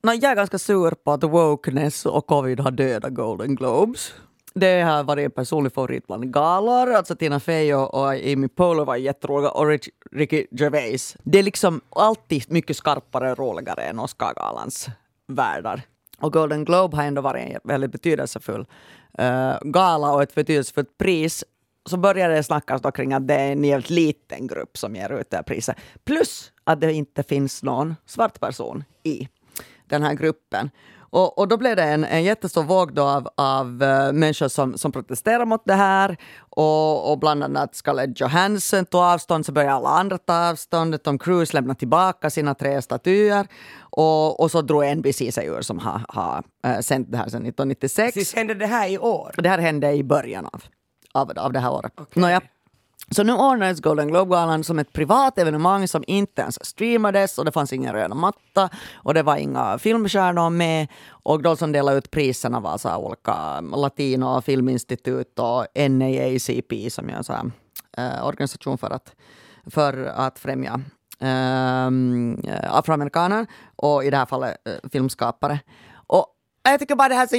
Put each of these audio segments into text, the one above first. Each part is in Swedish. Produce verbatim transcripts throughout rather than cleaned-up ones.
No, jag är ganska sur på att wokeness och covid har dödat Golden Globes. Det har varit en personlig favorit bland galor. Alltså Tina Fey och, och Amy Poehler var jätteroliga. Och Rich, Ricky Gervais. Det är liksom alltid mycket skarpare och roligare än Oscar-galans världar. Och Golden Globe har ändå varit en väldigt betydelsefull uh, gala och ett betydelsefullt pris. Så började det snackas då kring att det är en helt liten grupp som ger ut det här priset. Plus att det inte finns någon svart person i den här gruppen. Och, och då blev det en, en jättestor våg då av, av uh, människor som, som protesterar mot det här. Och, och bland annat Scarlett Johansson tog avstånd, så började alla andra ta avstånd. Tom Cruise lämnade tillbaka sina tre statyer. Och, och så drog N B C sig ur som har, har uh, sänt det här sedan nittonhundranittiosex. Precis, hände det här i år? Det här hände i början av, av, av det här året. Okay. Nåja. Så nu ordnades Golden Globe-galan som ett privat evenemang som inte ens streamades, och det fanns ingen röda matta och det var inga filmstjärnor med, och de som delade ut priserna var så här olika Latino filminstitut och N A A C P som är en så här, eh, organisation för att, för att främja eh, afroamerikaner och i det här fallet eh, filmskapare. Och jag tycker bara det här är så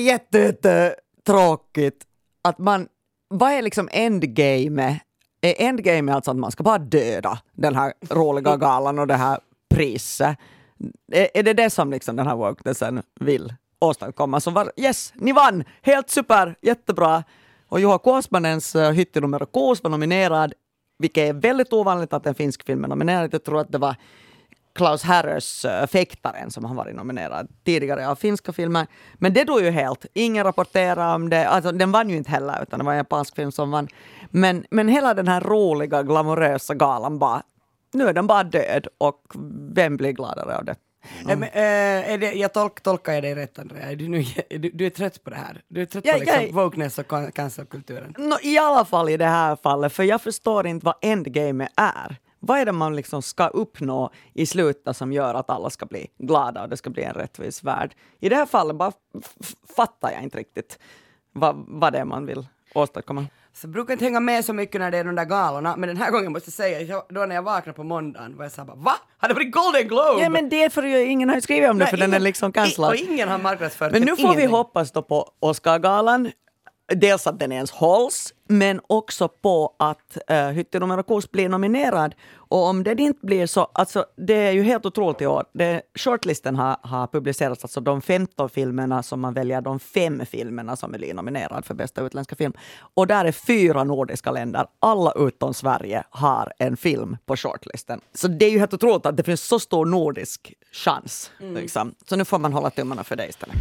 jättetråkigt att man, vad är liksom endgame? Endgame är alltså att man ska bara döda den här roliga galan och det här priset. Är, är det det som liksom den här wokenessen vill åstadkomma? Som var, yes, ni vann! Helt super, jättebra. Och Juha Kuosmanens uh, Hytti nummer kuusi var nominerad, vilket är väldigt ovanligt att en finsk film är nominerad. Jag tror att det var Klaus Härös uh, Fäktaren som har varit nominerad tidigare av finska filmer. Men det då ju helt. Ingen rapporterar om det. Alltså, den vann ju inte heller, utan det var en japansk film som vann. Men, men hela den här roliga, glamorösa galan bara, nu är den bara död, och vem blir gladare av det? Mm. Men, äh, är det jag tolk, tolkar jag dig rätt, Andrea? Är du, nu, du, du är trött på det här? Du är trött ja, på liksom, jag, wokeness och cancelkulturen? No, i alla fall i det här fallet, för jag förstår inte vad endgame är. Vad är det man liksom ska uppnå i slutet som gör att alla ska bli glada och det ska bli en rättvis värld? I det här fallet bara f- fattar jag inte riktigt vad, vad det är man vill åstadkomma. Så jag brukar inte hänga med så mycket när det är de där galorna, men den här gången måste jag säga, då när jag vaknade på måndagen var jag såhär bara, va? Har det varit Golden Globe? Ja, men det är för att ingen har skrivit om det. Nej, för ingen, den är liksom cancellad. Och ingen har marknadsfört. Men nu får ingenting. vi hoppas då på Oscar-galan. Dels att den ens hålls, men också på att uh, Hytti nummer kuusi blir nominerad. Och om det inte blir så, alltså det är ju helt otroligt i år. Det, shortlisten har, har publicerats, alltså de femton filmerna som man väljer, de fem filmerna som blir nominerade för bästa utländska film. Och där är fyra nordiska länder, alla utom Sverige har en film på shortlisten. Så det är ju helt otroligt att det finns så stor nordisk chans. Mm. Liksom. Så nu får man hålla tummarna för det istället.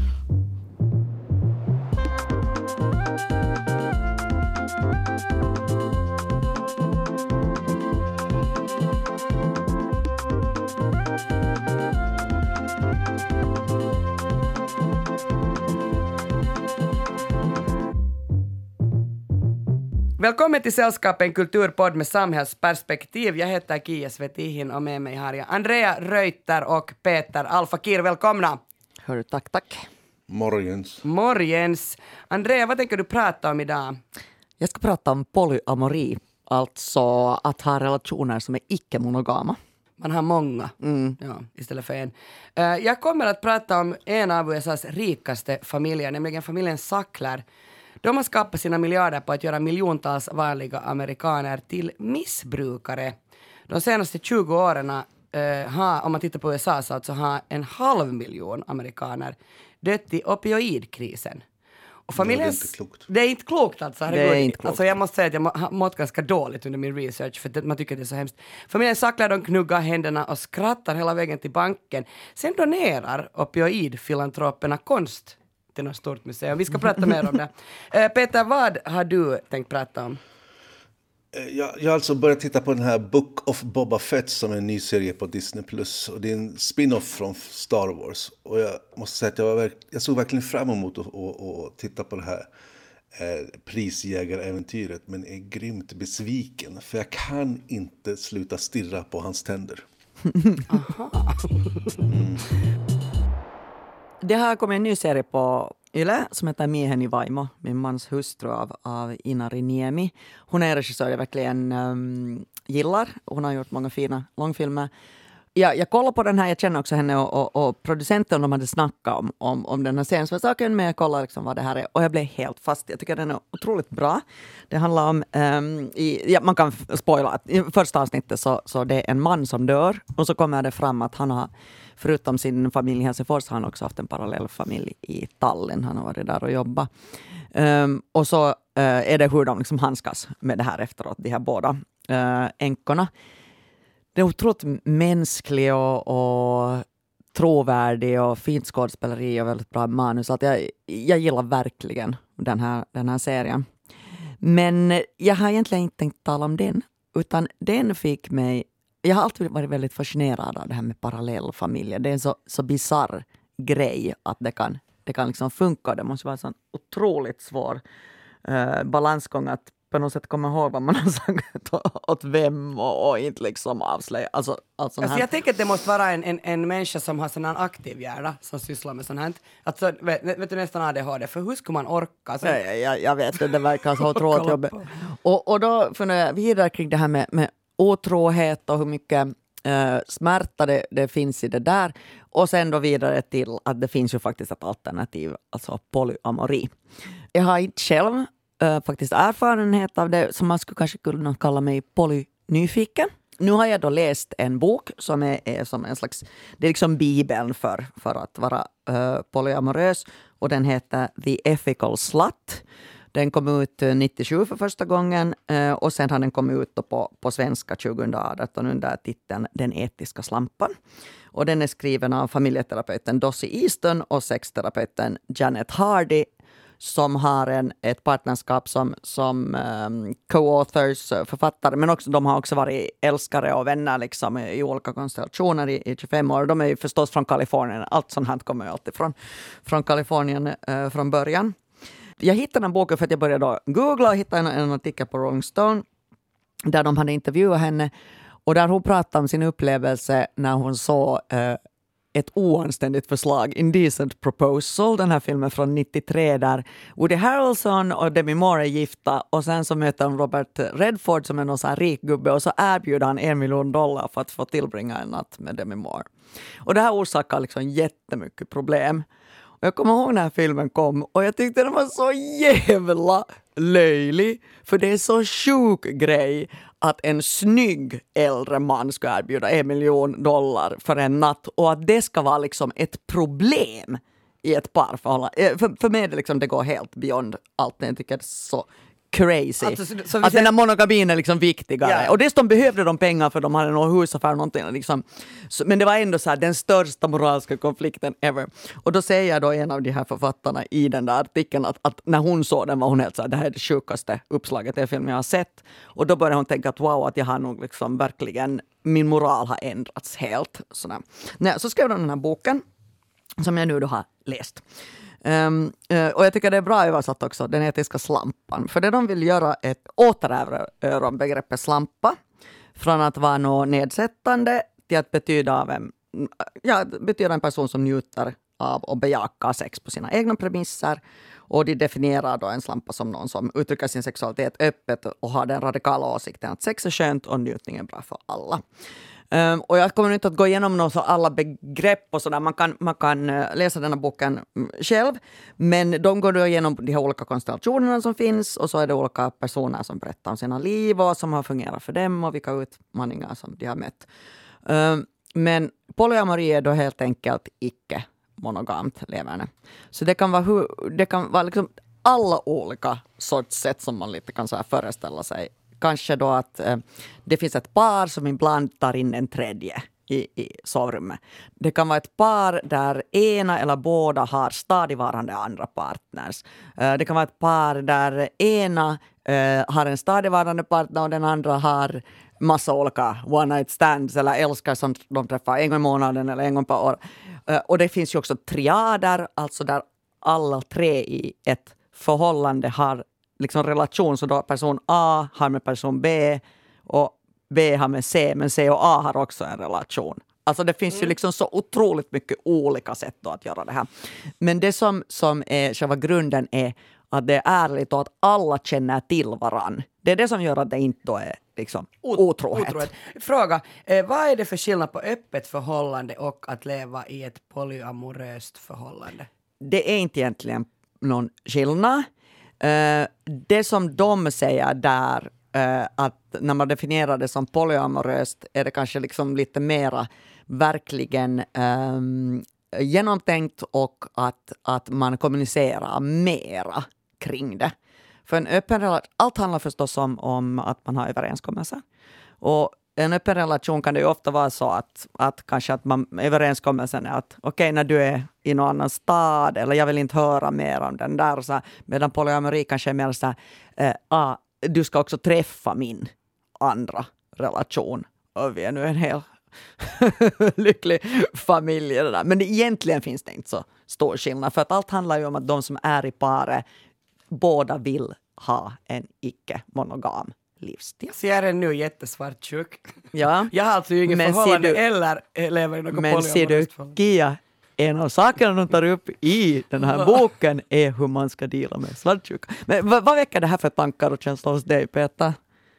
Välkommen till Sällskapet, en kulturpodd med samhällsperspektiv. Jag heter Kia Svetihin och med mig har jag Andrea Reuter och Peter Alfakir. Välkomna! Hör, tack, tack. Morgens. Morgens. Andrea, vad tänker du prata om idag? Jag ska prata om polyamori, alltså att ha relationer som är icke-monogama. Man har många, mm. ja, istället för en. Uh, jag kommer att prata om en av U S A:s rikaste familjer, nämligen familjen Sackler. De har skapat sina miljarder på att göra miljontals vanliga amerikaner till missbrukare. De senaste tjugo åren uh, har, om man tittar på U S A, så alltså har en halv miljon amerikaner dött i opioidkrisen. Och familjens, det är inte klokt. Det är inte klokt alltså. Det är inte klokt. Alltså jag måste säga att jag har mått ganska dåligt under min research, för det, man tycker det är så hemskt. Familjen Sackler, de knuggar händerna och skrattar hela vägen till banken. Sen donerar opioidfilantroperna konst till något stort museum. Vi ska prata mer om det. Uh, Peter, vad har du tänkt prata om? Jag, jag har alltså börjat titta på den här Book of Boba Fett som är en ny serie på Disney plus, och det är en spin-off från Star Wars. Och jag måste säga att jag, var verk, jag såg verkligen fram emot att och, och titta på det här eh, prisjägaräventyret, men är grymt besviken, för jag kan inte sluta stirra på hans tänder. Aha. Mm. Det har kommit en ny serie på Yle som heter Miehen i vaimo, min mans hustru av, av Inari Niemi. Hon är regissör jag verkligen um, gillar. Hon har gjort många fina långfilmer. Ja, jag kollade på den här, jag känner också henne och, och, och producenten, de hade snackat om, om, om den här serien. Så jag sa, okej, men jag kollar liksom vad det här är. Och jag blev helt fast. Jag tycker den är otroligt bra. Det handlar om, um, i, ja, man kan spoila, att i första avsnittet så, så det är en man som dör. Och så kommer det fram att han har, förutom sin familj i Helsingfors, har han också haft en parallell familj i Tallinn. Han har varit där och jobbat. Um, och så uh, är det hur de liksom handskas med det här efteråt, de här båda uh, änkorna. Det är otroligt mänsklig och, och trovärdig och fint skådespeleri och väldigt bra manus. Att jag, jag gillar verkligen den här, den här serien. Men jag har egentligen inte tänkt tala om den. Utan den fick mig... Jag har alltid varit väldigt fascinerad av det här med parallellfamiljer. Det är en så, så bizarr grej att det kan, det kan liksom funka. Det måste vara en sån otroligt svår uh, balansgång att på något sätt komma ihåg vad man har sagt åt vem och, och inte liksom avslöja. Alltså, alltså alltså jag tänker att det måste vara en, en, en människa som har sån här aktiv hjärna som sysslar med sånt här. Alltså, vet, vet du nästan A D H D, för hur ska man orka? Så... Ja, ja, ja, jag vet det, det verkar så otroligt jobbigt. Och, och då funderar jag vidare kring det här med, med otrohet och hur mycket uh, smärta det, det finns i det där. Och sen då vidare till att det finns ju faktiskt ett alternativ, alltså polyamori. Jag har inte själv Uh, faktiskt erfarenhet av det, som man skulle kanske kunna kalla mig polynyfiken. Nu har jag då läst en bok som är, är som en slags, det är liksom bibeln för, för att vara uh, polyamorös, och den heter The Ethical Slut. Den kom ut nittiosju för första gången uh, och sen har den kommit ut på, på svenska tjugoarton under titeln Den etiska slampan. Och den är skriven av familjeterapeuten Dossie Easton och sexterapeuten Janet Hardy, som har en, ett partnerskap som, som um, co-authors, författare, men också, de har också varit älskare och vänner liksom, i olika konstellationer i, i tjugofem år. De är ju förstås från Kalifornien. Allt sånt här kommer ju alltid från, från Kalifornien uh, från början. Jag hittade den boken för att jag började då googla och hittade en, en artikel på Rolling Stone där de hade intervjuat henne, och där hon pratade om sin upplevelse när hon såg uh, ett oanständigt förslag, Indecent Proposal, den här filmen från nittiotre där Woody Harrelson och Demi Moore är gifta, och sen så möter de Robert Redford som är någon sån här rik gubbe, och så erbjuder han en miljon dollar för att få tillbringa en natt med Demi Moore. Och det här orsakar liksom jättemycket problem. Och jag kommer ihåg när filmen kom och jag tyckte den var så jävla löjlig, för det är så sjuk grej att en snygg äldre man ska erbjuda en miljon dollar för en natt, och att det ska vara liksom ett problem i ett parförhållande. För, för mig är det liksom, det går helt beyond allt. Jag tycker det är så crazy. Alltså, så, så att den här monogamin är liksom viktigare. Yeah. Och dessutom behövde de pengar för de hade någon husaffär eller någonting. Liksom. Så, men det var ändå så här, den största moraliska konflikten ever. Och då säger då en av de här författarna i den där artikeln att, att när hon såg den var hon helt så här, det här är det sjukaste uppslaget i film jag har sett. Och då började hon tänka att wow, att jag har nog liksom verkligen, min moral har ändrats helt. Sådär. Nej, så skrev de den här boken som jag nu då har läst. Um, uh, och jag tycker det är bra översatt också, den etiska slampan. För det de vill göra är ett återerövra begreppet slampa från att vara något nedsättande till att betyda, av en, ja, betyda en person som njuter av och bejakar sex på sina egna premisser. Och de definierar då en slampa som någon som uttrycker sin sexualitet öppet och har den radikala åsikten att sex är skönt och njutning är bra för alla. Um, och jag kommer inte att gå igenom någon så alla begrepp och sådär. Man kan, man kan uh, läsa den här boken um, själv. Men de går då igenom de här olika konstellationerna som finns. Och så är det olika personer som berättar om sina liv och som har fungerat för dem och vilka utmaningar som de har mött. Um, men polyamori är då helt enkelt icke monogamt leverne. Så det kan vara, hur, det kan vara liksom alla olika sorts sätt som man lite kan så här föreställa sig. Kanske då att eh, det finns ett par som ibland tar in en tredje i, i sovrummet. Det kan vara ett par där ena eller båda har stadigvarande andra partners. Eh, det kan vara ett par där ena eh, har en stadigvarande partner och den andra har massa olika one night stands eller älskar som de träffar en gång i månaden eller en gång per år. Eh, och det finns ju också triader, alltså där alla tre i ett förhållande har liksom relation, så då person A har med person B och B har med C, men C och A har också en relation. Alltså det finns mm. ju liksom så otroligt mycket olika sätt då att göra det här. Men det som, som är själva grunden är att det är ärligt och att alla känner till varann. Det är det som gör att det inte då är liksom, Ot- otrohet. otrohet. Fråga, eh, vad är det för skillnad på öppet förhållande och att leva i ett polyamoröst förhållande? Det är inte egentligen någon skillnad. Uh, det som de säger där, uh, att när man definierar det som polyamoröst är det kanske liksom lite mera verkligen um, genomtänkt och att, att man kommunicerar mera kring det. För en öppen relation, allt handlar förstås om, om att man har överenskommelser. Och en öppen relation kan det ju ofta vara så att, att kanske att man, överenskommelsen är att okej, okay, när du är i någon annan stad eller jag vill inte höra mer om den där. Så här, medan polyamori kanske är mer så här, eh, ah, du ska också träffa min andra relation. Och vi är nu en hel lycklig familj. Det där. Men det, egentligen finns det inte så stor skillnad. För att allt handlar ju om att de som är i paret båda vill ha en icke-monogam livsstil. Så jag är nu jättesvartsjuk. Ja. Jag har alltså ju ingen Men förhållande ser du- eller lever i något Men ser du, polyamoröst förhållande. Kia, en av sakerna de tar upp i den här boken är hur man ska dela med svartsjuka. Men vad, vad väcker det här för tankar och känslor hos dig, Peter?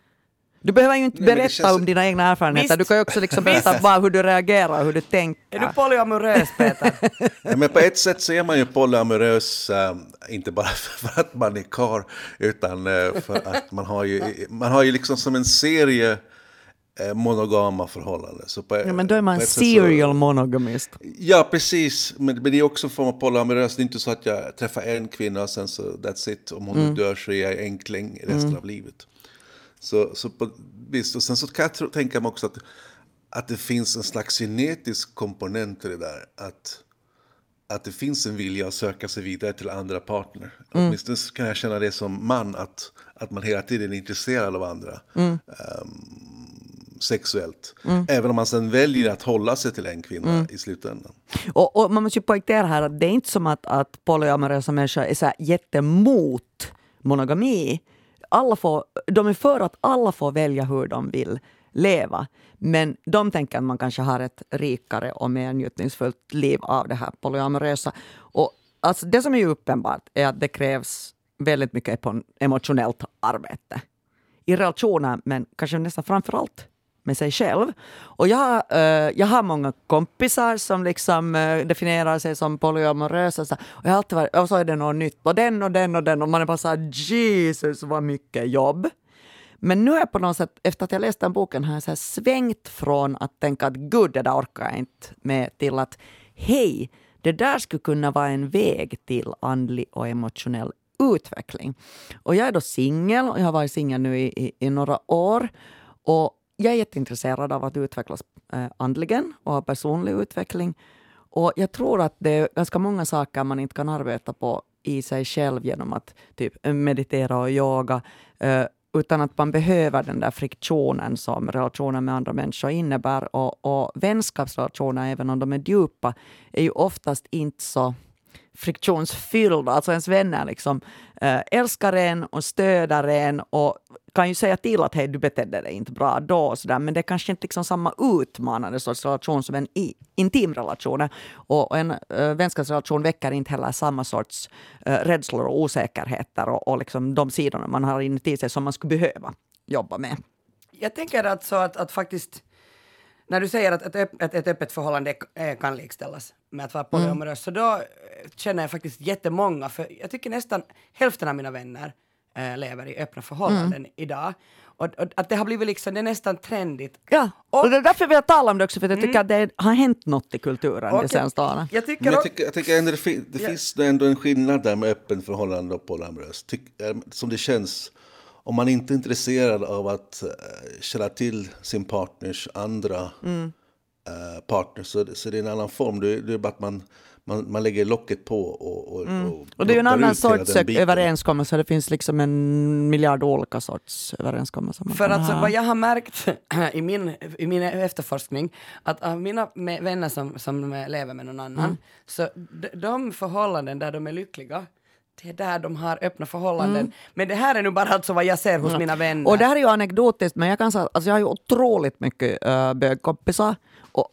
Du behöver ju inte Nej, men det berätta känns- om dina egna erfarenheter. Visst. Du kan ju också liksom berätta bara hur du reagerar, hur du tänker. Är du polyamorös, Peter? Ja, men på ett sätt så är man ju polyamorös, äh, inte bara för att man är karl, utan äh, för att man har ju, man har ju liksom som en serie äh, monogama förhållanden. Så på, Ja, men då är man på ett sätt serial så, monogamist. Ja, precis. Men, men det är också en form av polyamorös. Det är inte så att jag träffar en kvinna och sen så that's it. Om hon mm. dör så är jag enkling resten mm. av livet. Så, så på, visst. Och sen så kan jag tro, tänka mig också att, att det finns en slags genetisk komponent i det där. Att, att det finns en vilja att söka sig vidare till andra partner. Mm. Åtminstone kan jag känna det som man. Att, att man hela tiden är intresserad av andra. Mm. Um, sexuellt. Mm. Även om man sen väljer att hålla sig till en kvinna mm. i slutändan. Och, och man måste ju poängtera här att det är inte som att, att polyamorösa människor är så här jättemot monogami. Alla får, de är för att alla får välja hur de vill leva. Men de tänker att man kanske har ett rikare och mer njutningsfullt liv av det här polyamorösa. Och alltså det som är ju uppenbart är att det krävs väldigt mycket emotionellt arbete. I relationer, men kanske nästan framförallt med sig själv. Och jag, uh, jag har många kompisar som liksom uh, definierar sig som polyamorösa. Så, och jag har alltid varit, och så är det något nytt. Och den och den och den. Och man är bara så här, Jesus vad mycket jobb. Men nu är jag på något sätt, efter att jag läste den boken, har jag så här svängt från att tänka att gud, det där orkar jag inte med, till att hej, det där skulle kunna vara en väg till andlig och emotionell utveckling. Och jag är då singel och jag har varit singel nu i, i, i några år. Och jag är jätteintresserad av att utvecklas eh, andligen och ha personlig utveckling. Och jag tror att det är ganska många saker man inte kan arbeta på i sig själv genom att typ meditera och yoga. Eh, utan att man behöver den där friktionen som relationen med andra människor innebär. Och, och vänskapsrelationer, även om de är djupa, är ju oftast inte så friktionsfyllda. Alltså ens vänner liksom äh, älskar en och stöder en och kan ju säga till att hej, du betedde dig inte bra då och sådär, men det är kanske inte liksom samma utmanande sorts relation som en i, intim relation. Och, och en äh, vänskapsrelation väcker inte heller samma sorts äh, rädslor och osäkerheter och, och liksom de sidorna man har inuti sig som man skulle behöva jobba med. Jag tänker att, så att, att faktiskt när du säger att ett, ett, ett öppet förhållande kan likställas med att vara polyamorös, mm. så då känner jag faktiskt jättemånga, för jag tycker nästan hälften av mina vänner äh, lever i öppna förhållanden mm. idag. Och, och att det har blivit liksom, det är nästan trendigt. Ja, och, och det är därför vi har talat om det också, för jag tycker mm. att det har hänt något i kulturen de senaste åren. Jag tycker, Men jag tycker, jag tycker ändå det, fin- det ja. finns ändå en skillnad där med öppen förhållande och polyamorös. Tyck- som det känns, om man inte är intresserad av att uh, känna till sin partners andra mm. uh, partner, så, så det är en annan form. Det, det är bara att man, man, man lägger locket på. Och, och, mm. och, och det är ju en annan sorts överenskommelse. Det finns liksom en miljard olika sorts överenskommelser. För att så, vad jag har märkt i min, i min efterforskning, att av mina med, vänner som, som lever med någon annan, mm. så de, de förhållanden där de är lyckliga, det är där de har öppna förhållanden. Mm. Men det här är nu bara alltså vad jag ser hos mm. mina vänner. Och det här är ju anekdotiskt, men jag kan säga, alltså jag har ju otroligt mycket äh, bögkompisar. Och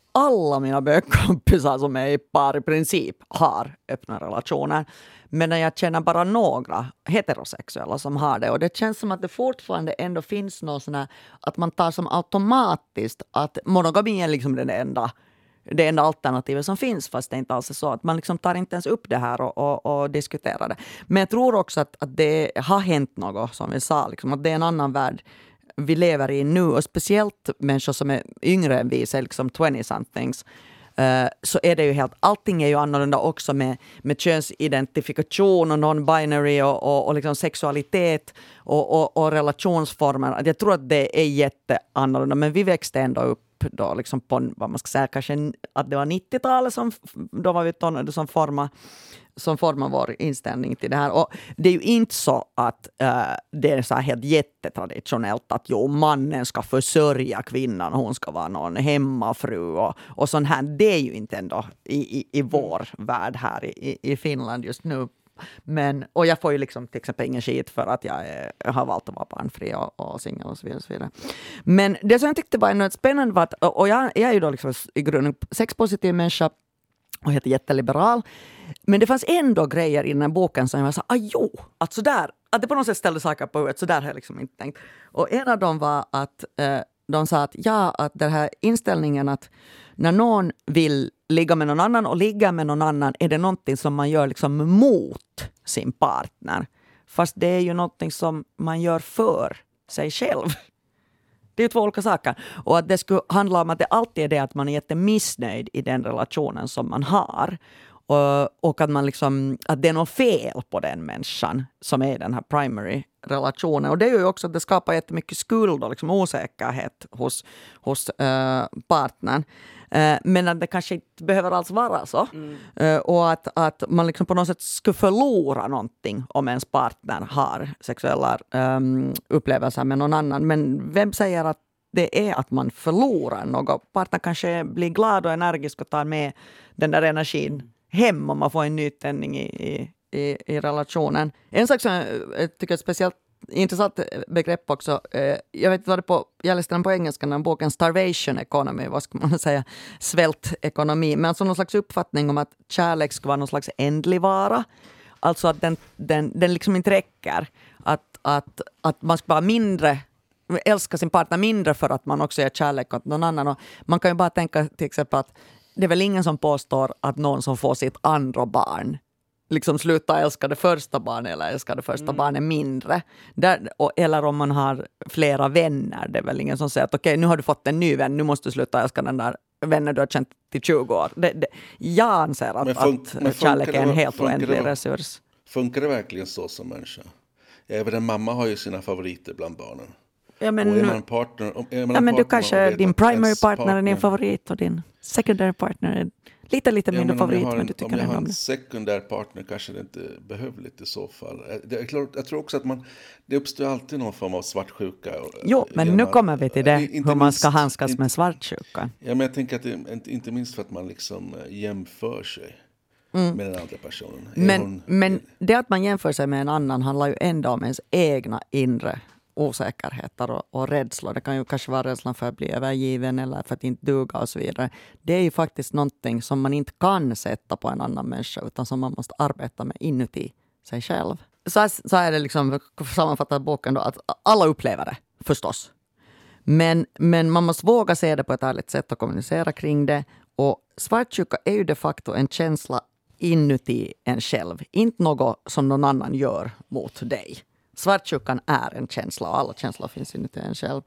alla mina bögkompisar som är i par i princip har öppna relationer. Men jag känner bara några heterosexuella som har det. Och det känns som att det fortfarande ändå finns något sån här, att man tar som automatiskt att monogami är liksom den enda, det enda alternativet som finns, fast det inte alls är så. Att man liksom tar inte ens upp det här och, och, och diskuterar det. Men jag tror också att, att det har hänt något, som vi sa, liksom, att det är en annan värld vi lever i nu. Och speciellt människor som är yngre än vi, säger liksom twenty-somethings, Uh, så är det ju helt, allting är ju annorlunda också med, med könsidentifikation och non-binary och, och, och liksom sexualitet och, och, och relationsformer. Jag tror att det är jätteannorlunda, men vi växte ändå upp då liksom på, vad man ska säga, kanske att det var nittiotalet som då var vi tonåringar som formade som formar vår inställning till det här. Och det är ju inte så att uh, det är så här helt jättetraditionellt att jo, mannen ska försörja kvinnan och hon ska vara någon hemmafru och, och sånt här. Det är ju inte ändå i, i, i vår värld här i, i Finland just nu. Men, och jag får ju liksom till exempel ingen skit för att jag, är, jag har valt att vara barnfri och, och singel och så vidare, och så vidare. Men det som jag tyckte var ändå spännande var att, och jag, jag är ju då liksom i grunden sexpositiv människa och heter jätteliberal. Men det fanns ändå grejer i den här boken som jag var så ah jo, att sådär, att det på något sätt ställde saker på huvudet, så där har jag liksom inte tänkt. Och en av dem var att eh, de sa att ja, att den här inställningen att när någon vill ligga med någon annan och ligga med någon annan är det någonting som man gör liksom mot sin partner. Fast det är ju någonting som man gör för sig själv. Det är två olika saker. Och att det skulle handla om att det alltid är det att man är jättemissnöjd i den relationen som man har. Och, och att, man liksom, att det är något fel på den människan som är den här primary relationen. Och det är ju också att det skapar jättemycket skuld och liksom osäkerhet hos, hos uh, partnern. Uh, men att det kanske inte behöver alls vara så. Mm. Uh, och att, att man liksom på något sätt skulle förlora någonting om ens partner har sexuella um, upplevelser med någon annan. Men vem säger att det är att man förlorar något? Partner kanske blir glad och energisk och tar med den där energin hem om man får en nytändning i, i, i, i relationen. En sak som jag tycker är ett speciellt intressant begrepp också. Jag vet inte vad det på, jag läste den på engelska, den boken Starvation Economy, vad ska man säga, svältekonomi. Men alltså någon slags uppfattning om att kärlek ska vara någon slags ändlig vara. Alltså att den, den, den liksom inte räcker. Att, att, att man ska vara mindre, älska sin partner mindre för att man också ger kärlek åt någon annan. Och man kan ju bara tänka till exempel att det är väl ingen som påstår att någon som får sitt andra barn liksom slutar älska det första barnet eller älskar det första mm. barnet mindre. Där, och, eller om man har flera vänner, det är väl ingen som säger att okej, okay, nu har du fått en ny vän, nu måste du sluta älska den där vännen du har känt till tjugo år. Det, det, jag anser att, fun- att kärlek är en helt oändlig resurs. Funkar det verkligen så som människa? Även en mamma har ju sina favoriter bland barnen. Ja, men, och är man partner, är man ja, partner men du kanske, din primary partner, partner är din favorit och din secondary partner är lite, lite mindre ja, favorit. Men, en, du tycker om jag har en en sekundär partner kanske det inte behövligt i så fall. Det är klart, jag tror också att man, det uppstår alltid någon form av svartsjuka. Jo, men genom, nu kommer vi till det, hur man ska handskas inte, med svartsjuka. Ja, men jag tänker att det, inte minst för att man liksom jämför sig. Mm. Med den andra personen. Men, hon, men det att man jämför sig med en annan handlar ju ändå om ens egna inre osäkerheter och, och rädslor. Det kan ju kanske vara rädslan för att bli övergiven eller för att inte duga och så vidare. Det är ju faktiskt någonting som man inte kan sätta på en annan människa utan som man måste arbeta med inuti sig själv. Så, så är det liksom, sammanfattat boken då, att alla upplever det, förstås. Men, men man måste våga se det på ett ärligt sätt och kommunicera kring det. Och svartsjuka är ju de facto en känsla inuti en själv. Inte något som någon annan gör mot dig. Svartsjukan är en känsla och alla känslor finns inuti en själv.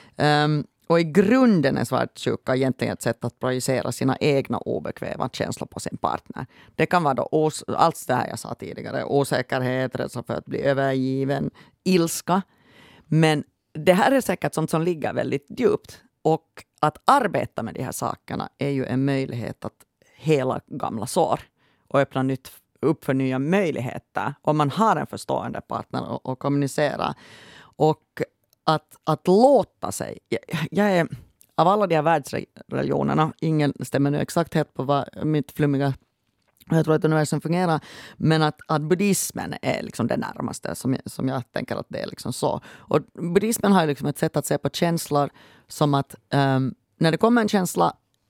Um, och i grunden är svartsjuka egentligen ett sätt att projicera sina egna obekväma känslor på sin partner. Det kan vara då os- allt det här jag sa tidigare. Osäkerhet, rädsla för att bli övergiven, ilska. Men det här är säkert sånt som ligger väldigt djupt. Och att arbeta med de här sakerna är ju en möjlighet att hela gamla sår och öppna nytt upp för nya möjligheter om man har en förstående partner och, och kommunicera. Och att, att låta sig. Jag, jag är, av alla de här världsreligionerna, ingen stämmer nu exakt helt på vad mitt flummiga, jag tror att universum fungerar, men att, att buddhismen är liksom det närmaste som, som jag tänker att det är liksom så. Och buddhismen har ju liksom ett sätt att se på känslor som att um, när det kommer en känsla,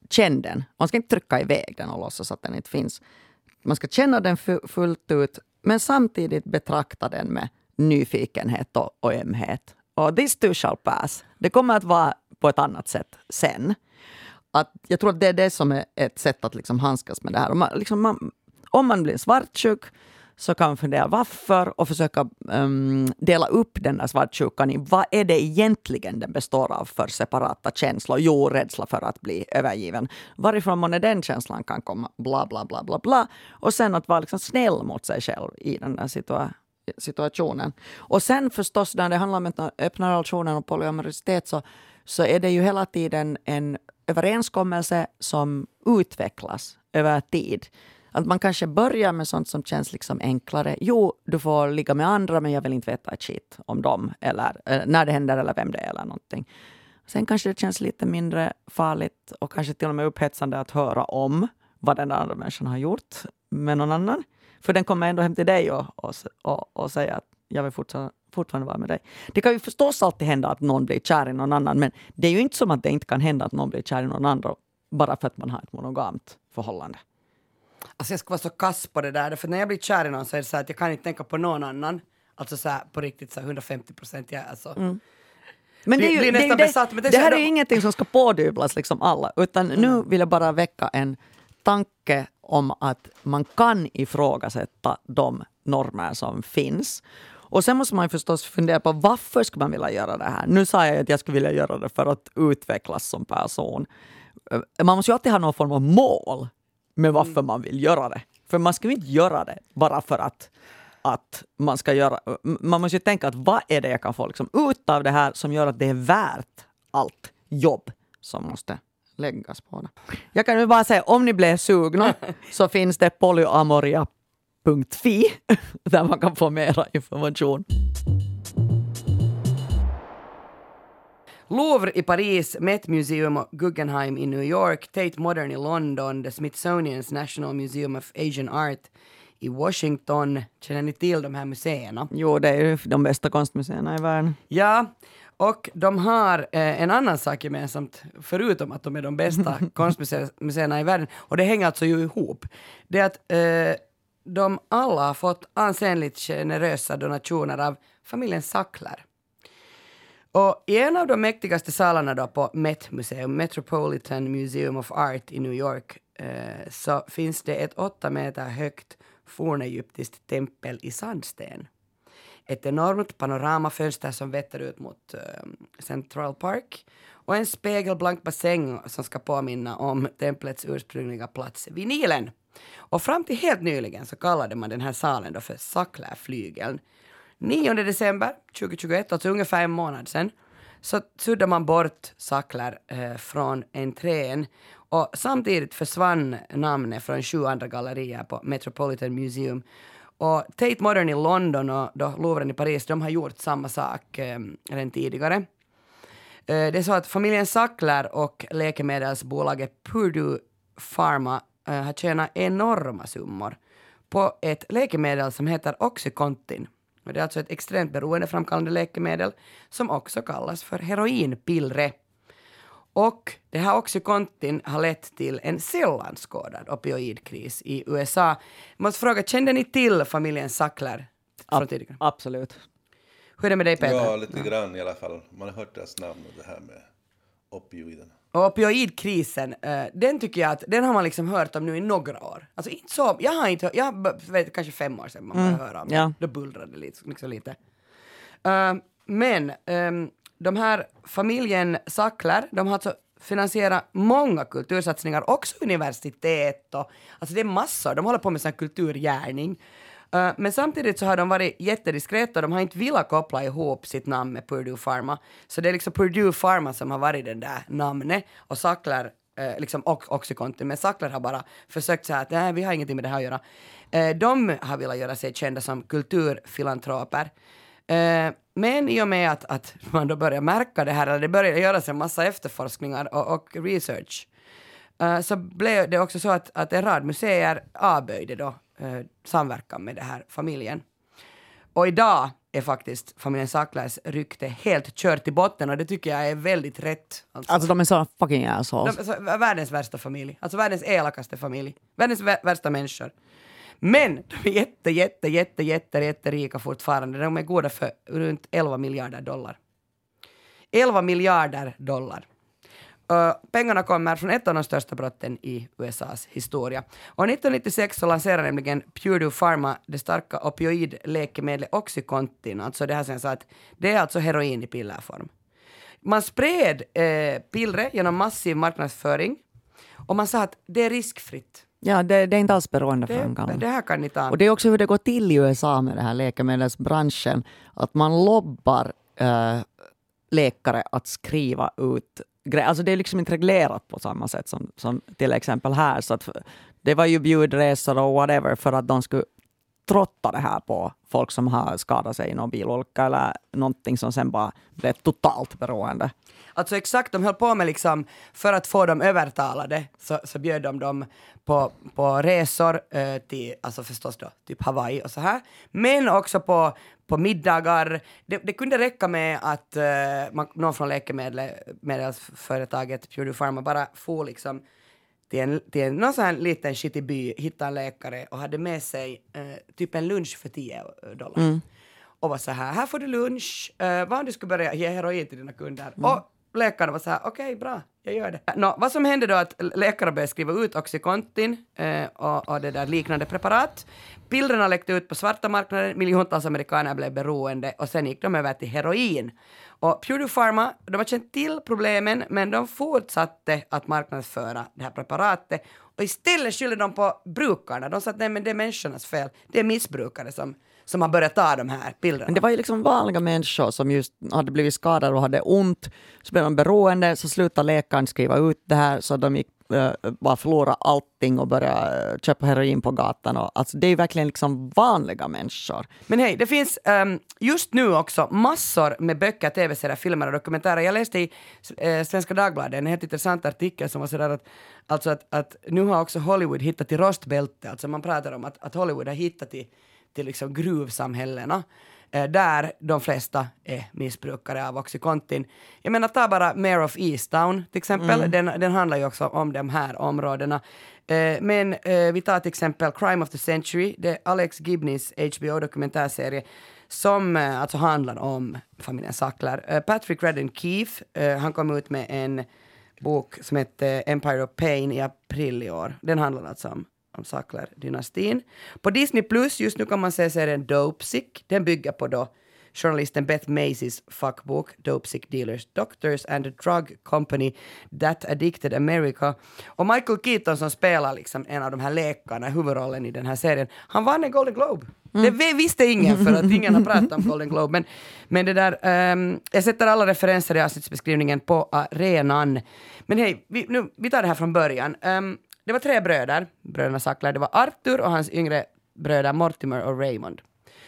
känna den. Man ska inte trycka iväg den och låtsas att den inte finns. Man ska känna den f- fullt ut, men samtidigt betrakta den med nyfikenhet och, och ömhet. Och this too shall pass. Det kommer att vara på ett annat sätt sen. Att jag tror att det är det som är ett sätt att liksom handskas med det här. Om man, liksom man, om man blir svartsjuk så kan man fundera varför och försöka um, dela upp den där svartsjukan i vad är det egentligen den består av för separata känslor. Jo, rädsla för att bli övergiven. Varifrån man är den känslan kan komma, bla bla bla bla bla. Och sen att vara liksom snäll mot sig själv i den där situa- situationen. Och sen förstås när det handlar om öppna relationer och polyamorositet så, så är det ju hela tiden en överenskommelse som utvecklas över tid. Att man kanske börjar med sånt som känns liksom enklare. Jo, du får ligga med andra men jag vill inte veta ett skit om dem. Eller eh, när det händer eller vem det är eller någonting. Sen kanske det känns lite mindre farligt och kanske till och med upphetsande att höra om vad den andra människan har gjort med någon annan. För den kommer ändå hem till dig och, och, och, och säger att jag vill fortfarande, fortfarande vara med dig. Det kan ju förstås alltid hända att någon blir kär i någon annan. Men det är ju inte som att det inte kan hända att någon blir kär i någon annan bara för att man har ett monogamt förhållande. Alltså jag ska vara så kass på det där. För när jag blir kär i någon så är det så här att jag kan inte tänka på någon annan. Alltså så här på riktigt så här hundrafemtio procent. Jag, alltså. Mm. Men det, är ju, blir, blir det, är ju besatt, det, men det, det här är då... ju ingenting som ska pådyvlas liksom alla. Utan mm. nu vill jag bara väcka en tanke om att man kan ifrågasätta de normer som finns. Och sen måste man ju förstås fundera på varför ska man vilja göra det här. Nu sa jag att jag skulle vilja göra det för att utvecklas som person. Man måste ju alltid ha någon form av mål med varför mm. man vill göra det. För man ska ju inte göra det bara för att, att man ska göra... Man måste ju tänka att vad är det jag kan få liksom ut av det här som gör att det är värt allt jobb som måste läggas på det. Jag kan ju bara säga, om ni blir sugna så finns det polyamoria punkt fi där man kan få mera information. Louvre i Paris, Met Museum och Guggenheim i New York, Tate Modern i London, The Smithsonian's National Museum of Asian Art i Washington. Känner ni till de här museerna? Jo, det är ju de bästa konstmuseerna i världen. Ja, och de har eh, en annan sak gemensamt, förutom att de är de bästa konstmuseerna i världen. Och det hänger alltså ju ihop. Det är att eh, de alla har fått ansenligt generösa donationer av familjen Sackler. Och i en av de mäktigaste salarna då på Met Museum, Metropolitan Museum of Art i New York, eh, så finns det ett åtta meter högt fornegyptiskt tempel i sandsten. Ett enormt panoramafönster som vetter ut mot eh, Central Park och en spegelblank bassäng som ska påminna om templets ursprungliga plats vid Nilen. Och fram till helt nyligen så kallade man den här salen då för Sacklerflygeln. nionde december tjugohundratjugoett, alltså ungefär en månad sedan, så suddade man bort Sackler eh, från entrén och samtidigt försvann namnet från sju andra gallerier på Metropolitan Museum. Och Tate Modern i London och då Louvren i Paris, de har gjort samma sak eh, redan tidigare. Eh, det är så att familjen Sackler och läkemedelsbolaget Purdue Pharma eh, har tjänat enorma summor på ett läkemedel som heter Oxycontin. Och det är alltså ett extremt beroendeframkallande läkemedel som också kallas för heroinpillre. Och det här Oxycontin har lett till en sällan skådad opioidkris i U S A. Jag måste fråga, kände ni till familjen Sackler från tidigare? Absolut. Hur är det med dig, Peter? Ja, lite grann i alla fall. Man har hört deras namn och det här med opioiden. Och opioidkrisen, uh, den tycker jag att den har man liksom hört om nu i några år. Alltså inte så, jag har inte, jag vet kanske fem år sedan man började mm, höra om ja. det. Då bullrade det lite, liksom lite. Uh, men um, de här familjen Sackler, de har alltså finansierat många kultursatsningar, också universitet och alltså det är massor, de håller på med sån kulturgärning. Uh, men samtidigt så har de varit jättediskreta och de har inte velat koppla ihop sitt namn med Purdue Pharma. Så det är liksom Purdue Pharma som har varit den där namnet och Sackler, uh, liksom och Oxycontin, men Sackler har bara försökt säga att nej, vi har ingenting med det här att göra. Uh, de har velat göra sig kända som kulturfilantroper. Uh, men i och med att, att man då börjar märka det här, eller det börjar göras en massa efterforskningar och, och research, uh, så blev det också så att, att en rad museer avböjde då uh, samverkan med den här familjen. Och idag är faktiskt familjen Sacklers rykte helt kört i botten och det tycker jag är väldigt rätt. Alltså, alltså de är sådana fucking assholes. De, alltså, världens värsta familj. Alltså världens elakaste familj. Världens vä- värsta människor. Men de är jätte, jätte, jätte, jätte, jätte rika fortfarande. De är goda för runt elva miljarder dollar. elva miljarder dollar. Uh, pengarna kommer från ett av de största brotten i U S A:s historia. Och nittonhundranittiosex så lanserade nämligen Purdue Pharma det starka opioidläkemedlet Oxycontin. Alltså det här som sa att det är alltså heroin i pillerform. Man spred eh, pillret genom massiv marknadsföring och man sa att det är riskfritt. Ja, det, det är inte alls Det, beroendeframkallande. det här kan ni ta. Och det är också hur det går till i U S A med det här läkemedelsbranschen. Att man lobbar äh, läkare att skriva ut grejer. Alltså det är liksom inte reglerat på samma sätt som, som till exempel här. Så att det var ju bjudresor och whatever för att de skulle trotta det här på folk som har skadat sig i någon bilolka eller någonting som sen bara blev totalt beroende. Alltså exakt, de höll på med liksom, för att få dem övertalade så, så bjöd de dem på, på resor eh, till, alltså förstås då, typ Hawaii och så här. Men också på, på middagar. Det, det kunde räcka med att eh, man, någon från läkemedelsföretaget Purdue Pharma bara får liksom till en, till en någon sån här liten shitty by, hittade en läkare och hade med sig eh, typ en lunch för tio dollar. Mm. Och var så här, här får du lunch, uh, vad om du skulle börja ge heroin till dina kunder? Mm. Och läkarna var så här, okej, okay, bra, jag gör det. Nå, vad som hände då att läkare började skriva ut Oxycontin uh, och, och det där liknande preparat. Pillerna läckte ut på svarta marknaden, miljontals amerikaner blev beroende och sen gick de över till heroin. Och Purdue Pharma, de har känt till problemen men de fortsatte att marknadsföra det här preparatet och istället skyllde de på brukarna. De sa att nej, men det är människornas fel, det är missbrukare som som har börjat ta de här pillerna. Men det var ju liksom vanliga människor som just hade blivit skadade och hade ont. Så blev de beroende, så slutade läkaren skriva ut det här så de gick, äh, bara förlorade allting och började äh, köpa heroin på gatan. Och, alltså, det är ju verkligen liksom vanliga människor. Men hej, det finns ähm, just nu också massor med böcker, tv-serier, filmer och dokumentärer. Jag läste i äh, Svenska Dagbladet en helt intressant artikel som var sådär att, alltså att, att nu har också Hollywood hittat till rostbälte. Alltså man pratar om att, att Hollywood har hittat till till liksom gruvsamhällena, eh, där de flesta är missbrukare av Oxycontin. Jag menar, ta bara Mayor of Easttown till exempel, mm. den, den handlar ju också om de här områdena. Eh, men eh, vi tar till exempel Crime of the Century, det är Alex Gibneys H B O-dokumentärserie som eh, alltså handlar om familjen Sackler. Eh, Patrick Radden Keefe, eh, han kom ut med en bok som heter Empire of Pain i april i år. Den handlar alltså om om Sackler-dynastin. På Disney Plus just nu kan man se serien Dopesick. Den bygger på då journalisten Beth Macy's fuckbok Dopesick Dealers, Doctors and the Drug Company That Addicted America. Och Michael Keaton som spelar liksom en av de här läkarna, huvudrollen i den här serien, han vann en Golden Globe. Mm. Det visste ingen för att ingen har pratat om Golden Globe. Men, men det där, um, jag sätter alla referenser i avsnittsbeskrivningen på arenan. Men hej, vi, nu, vi tar det här från början. Um, Det var tre bröder, bröderna Sackler. Det var Arthur och hans yngre bröder Mortimer och Raymond.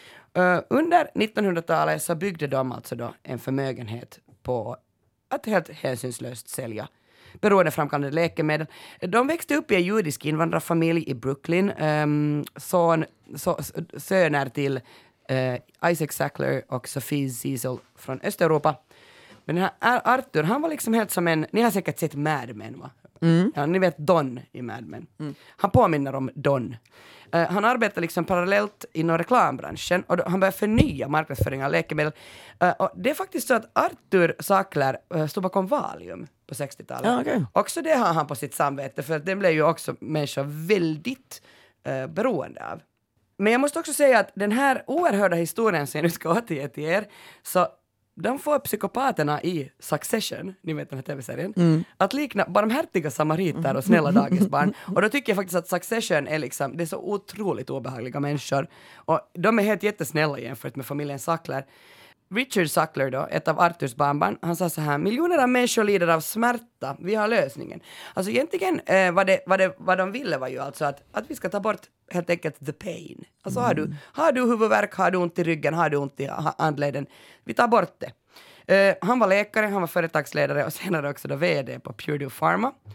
Uh, under nittonhundratalet så byggde de alltså då en förmögenhet på att helt hänsynslöst sälja beroendeframkallande läkemedel. De växte upp i en judisk invandrarfamilj i Brooklyn. Um, son, so, söner till uh, Isaac Sackler och Sophie Cecil från Östeuropa. Men den här Arthur, han var liksom helt som en... Ni har säkert sett Mad Men, va? Mm. Ja, ni vet Don i Mad Men. Mm. Han påminner om Don. Uh, han arbetar liksom parallellt inom reklambranschen och då, han börjar förnya marknadsföring av läkemedel. Uh, och det är faktiskt så att Arthur Sackler uh, stod bakom Valium på sextiotalet. Ja, okay. Också det har han på sitt samvete för att den blev ju också människor väldigt uh, beroende av. Men jag måste också säga att den här oerhörda historien som jag nu ska återge till er, så de får psykopaterna i Succession, ni vet den här tv-serien, mm. att likna barmhärtiga samariter och snälla dagisbarn. Och då tycker jag faktiskt att Succession är liksom, det är så otroligt obehagliga människor. Och de är helt jättesnälla jämfört med familjen Sackler. Richard Sackler då, ett av Arthurs barnbarn, han sa så här: miljoner av människor lider av smärta, vi har lösningen. Alltså egentligen eh, vad, det, vad, det, vad de ville var ju alltså att, att vi ska ta bort helt enkelt the pain. Alltså mm. har, du, har du huvudvärk, har du ont i ryggen, har du ont i handleden, vi tar bort det. Uh, han var läkare, han var företagsledare och senare också då vd på Purdue Pharma.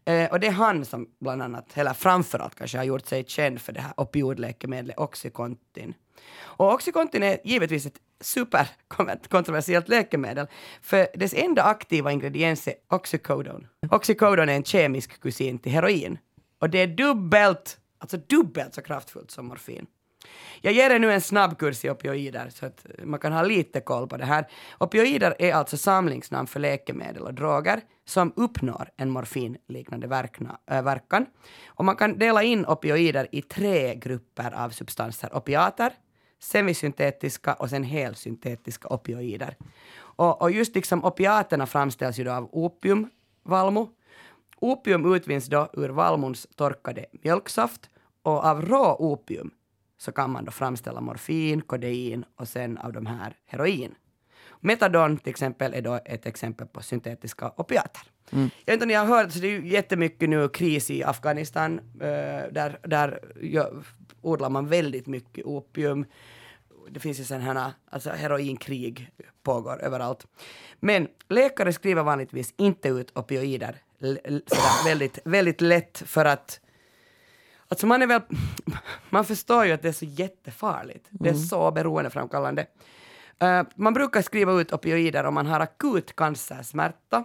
Eh, och det är han som bland annat, eller framförallt kanske har gjort sig känd för det här opioidläkemedlet Oxycontin. Och Oxycontin är givetvis ett superkontroversiellt läkemedel, för dess enda aktiva ingrediens är oxycodone. Oxycodone är en kemisk kusin till heroin. Och det är dubbelt, alltså dubbelt så kraftfullt som morfin. Jag ger er nu en snabb kurs i opioider så att man kan ha lite koll på det här. Opioider är alltså samlingsnamn för läkemedel och droger som uppnår en morfinliknande verkna, äh, verkan. Och man kan dela in opioider i tre grupper av substanser. Opiater, semisyntetiska och sen helsyntetiska opioider. Och, och just liksom opiaterna framställs ju då av opiumvalmo. Opium utvinns då ur valmons torkade mjölksaft, och av rå opium så kan man då framställa morfin, kodein och sen av de här heroin. Metadon till exempel är då ett exempel på syntetiska opiater. Mm. Jag vet inte om ni har hört, så det är ju jättemycket nu kris i Afghanistan. Uh, där där ja, odlar man väldigt mycket opium. Det finns ju sån här, alltså heroinkrig pågår överallt. Men läkare skriver vanligtvis inte ut opioider l- l- sådär väldigt, väldigt lätt, för att alltså man är väl, man förstår ju att det är så jättefarligt. Mm. Det är så beroendeframkallande. Uh, man brukar skriva ut opioider om man har akut cancersmärta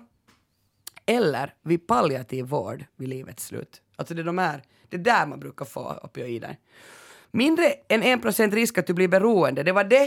eller vid palliativ vård vid livets slut. Alltså det är de här, det är där man brukar få opioider. Mindre än en procent risk att du blir beroende. Det var det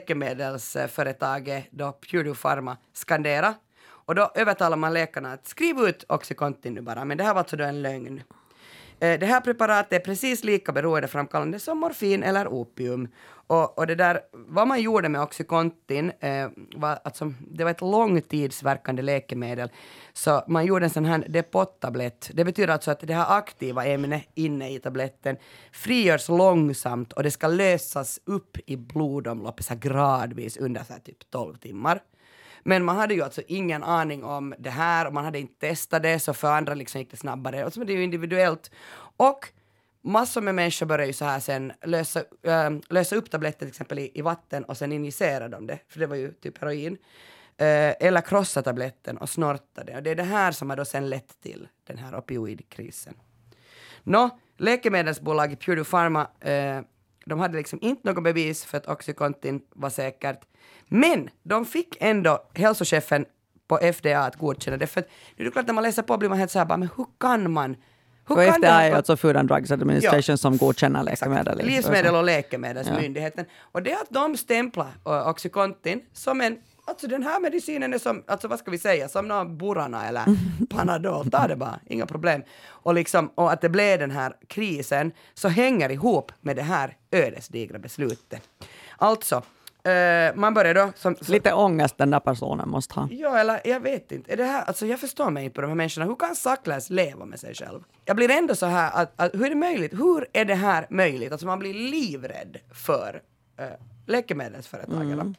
läkemedelsföretaget då Purdue Pharma skandera. Och då övertalar man läkarna att skriv ut Oxycontin nu bara. Men det här var alltså då en lögn. Det här preparatet är precis lika beroendeframkallande som morfin eller opium. Och, och det där, vad man gjorde med Oxycontin eh, var alltså, det var ett långtidsverkande läkemedel. Så man gjorde en sån här depot-tablett. Det betyder alltså att det här aktiva ämnet inne i tabletten frigörs långsamt och det ska lösas upp i blodomloppet så här gradvis under så här typ tolv timmar. Men man hade ju alltså ingen aning om det här och man hade inte testat det, så för andra liksom gick det snabbare. Och så är det ju individuellt. Och massor med människor börjar ju så här sen lösa, äh, lösa upp tabletter till exempel i, i vatten och sen injicera de det, för det var ju typ heroin. Äh, eller krossa tabletten och snorta det. Och det är det här som har då sen lett till den här opioidkrisen. Nå, läkemedelsbolaget Purdue Pharma, äh, de hade liksom inte något bevis för att Oxycontin var säkert. Men de fick ändå hälsochefen på F D A att godkänna det. För det är klart, när man läser på blir man helt så här, bara, men hur kan man? Hur och kan F D A är alltså Food and Drugs Administration, ja, som godkänner läkemedel. Livsmedel- och läkemedelsmyndigheten. Ja. Och det är att de stämplar Oxycontin som en, alltså den här medicinen är som, alltså vad ska vi säga, som någon Burana eller Panadol, ta det bara, inga problem. Och liksom, och att det blev den här krisen så hänger ihop med det här ödesdigra beslutet. Alltså, Uh, man börjar då som, som, lite ångest den där personen måste ha. Ja, eller jag vet inte. Är det här, alltså jag förstår mig inte på de här människorna. Hur kan Sacklers leva med sig själv? Jag blir ändå så här, att, att, hur är det möjligt? Hur är det här möjligt? Alltså man blir livrädd för uh, läkemedelsföretagen. Mm.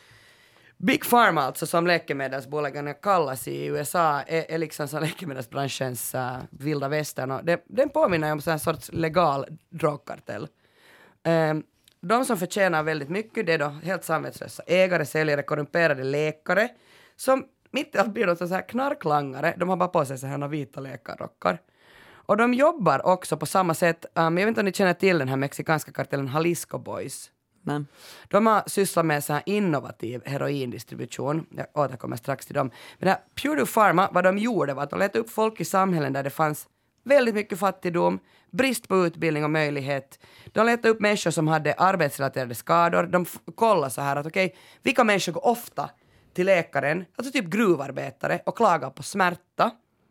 Big Pharma, alltså som läkemedelsbolagen kallas i U S A, är, är liksom så läkemedelsbranschens uh, vilda västern. Och det, den påminner om en sorts legal drogkartell. Um, De som förtjänar väldigt mycket, det är då helt samvetslösa ägare, säljare, korrumperade läkare som mitt i allt blir de så här knarklangare. De har bara på sig så här vita läkarrockar. Och de jobbar också på samma sätt. Um, jag vet inte om ni känner till den här mexikanska kartellen Jalisco Boys. Nej. De har sysslat med så här innovativ heroindistribution. Jag återkommer strax till dem. Men där Purdue Pharma, vad de gjorde var att de letade upp folk i samhällen där det fanns väldigt mycket fattigdom, brist på utbildning och möjlighet. De letade upp människor som hade arbetsrelaterade skador. De f- kollade så här att okej, okay, vilka människor går ofta till läkaren, alltså typ gruvarbetare, och klagar på smärta.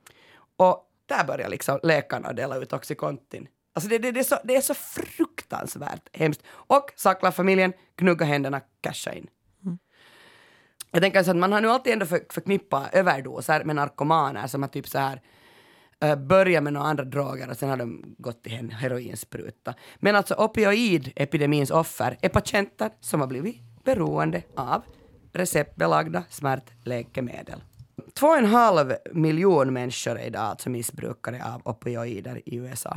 Och där börjar liksom läkarna dela ut Oxycontin. Alltså det, det, det, är så, det är så fruktansvärt hemskt. Och Sackler-familjen gnugga händerna, casha in. Mm. Jag tänker så att man har nu alltid ändå för, förknippat överdoser med narkomaner som har typ så här börja med några andra droger och sen har de gått till en heroinspruta. Men alltså opioidepidemins offer är patienter som har blivit beroende av receptbelagda smärtläkemedel. Två och en halv miljon människor är idag alltså missbrukare av opioider i U S A.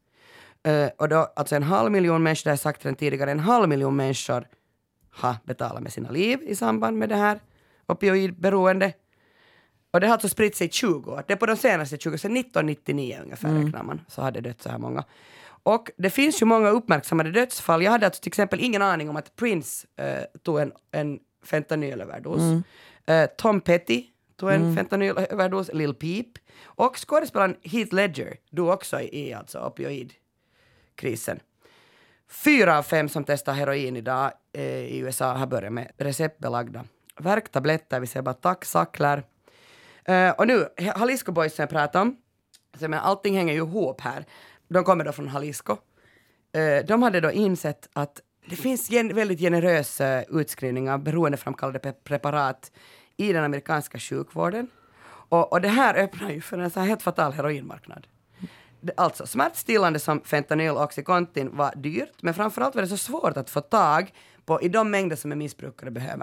Uh, och då, alltså en halv miljon människor, det har jag sagt redan tidigare, en halv miljon människor har betalat med sina liv i samband med det här opioidberoende. Och det har alltså spritt sig i tjugo år. Det är på de senaste tjugo, sedan nittonhundranittionio ungefär mm. räknar man, så hade dött så här många. Och det finns ju många uppmärksammade dödsfall. Jag hade alltså till exempel ingen aning om att Prince äh, tog en, en fentanylöverdos. Mm. Äh, Tom Petty tog en mm. fentanylöverdos, Lil Peep. Och skådespelaren Heath Ledger dog också i alltså opioidkrisen. Fyra av fem som testar heroin idag eh, i U S A har börjat med receptbelagda värktabletter. Vi ser bara tacksacklar. Uh, och nu, Jalisco Boys som jag pratar om, så men allting hänger ju ihop här. De kommer då från Jalisco. Uh, de hade då insett att det finns gen- väldigt generös uh, utskrivning av beroendeframkallade pe- preparat i den amerikanska sjukvården. Och, och det här öppnar ju för en så här helt fatal heroinmarknad. Det, alltså, smärtstillande som fentanyl och Oxycontin var dyrt, men framförallt var det så svårt att få tag på i de mängder som en missbrukare behöver.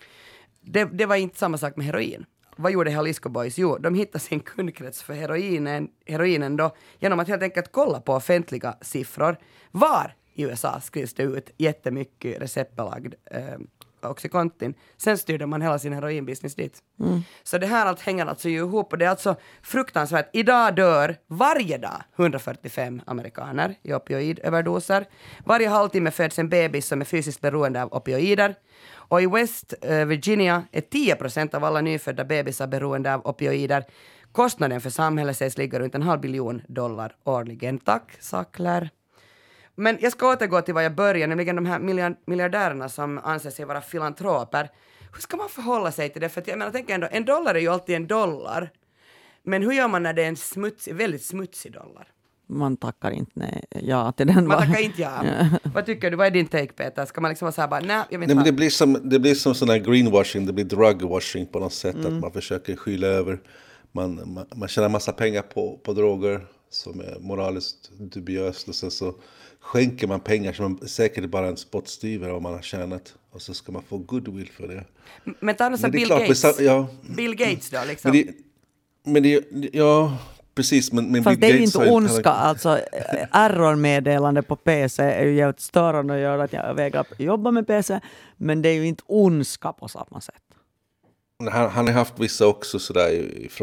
Det, det var inte samma sak med heroin. Vad gjorde Jalisco Boys? Jo, de hittade sin kundkrets för heroinen, heroinen då genom att helt enkelt kolla på offentliga siffror. Var i U S A skrivs det ut jättemycket receptbelagd eh, Oxycontin. Sen styrde man hela sin heroinbusiness dit. Mm. Så det här allt hänger alltså ju ihop och det är alltså fruktansvärt. Idag dör varje dag hundrafyrtiofem amerikaner i opioidöverdoser. Varje halvtimme föds en bebis som är fysiskt beroende av opioider. Och i West uh, Virginia är tio procent av alla nyfödda bebisar beroende av opioider. Kostnaden för samhället sägs ligga runt en halv biljon dollar årligen. Tack, Sackler. Men jag ska återgå till vad jag började, nämligen de här miljardärerna som anser sig vara filantroper. Hur ska man förhålla sig till det? För att jag menar, tänk ändå, en dollar är ju alltid en dollar. Men hur gör man när det är en smutsig, väldigt smutsig dollar? Man tackar inte nej, ja till den. Man tackar inte ja. ja. Vad tycker du? Vad är din take, Peter? Ska man liksom vara så här bara, nej, jag vet nej, men det blir som det blir som sån här greenwashing, det blir drugwashing på något sätt. Mm. Att man försöker skyla över. Man, man, man tjänar massa pengar på, på droger som är moraliskt dubiöst. Och sen så skänker man pengar som man säkert bara en spottstyver om man har tjänat. Och så ska man få goodwill för det. Men ta något Bill Gates. Klart, ja. Bill Gates då liksom. Men det, men det ja... Precis, men, men fast Bill det är Gates inte ondska, alltså errormeddelande på P C är ju jävligt störande och gör att jag vägrar jobba med P C, men det är ju inte ondska på samma sätt. Han, han har haft vissa också sådär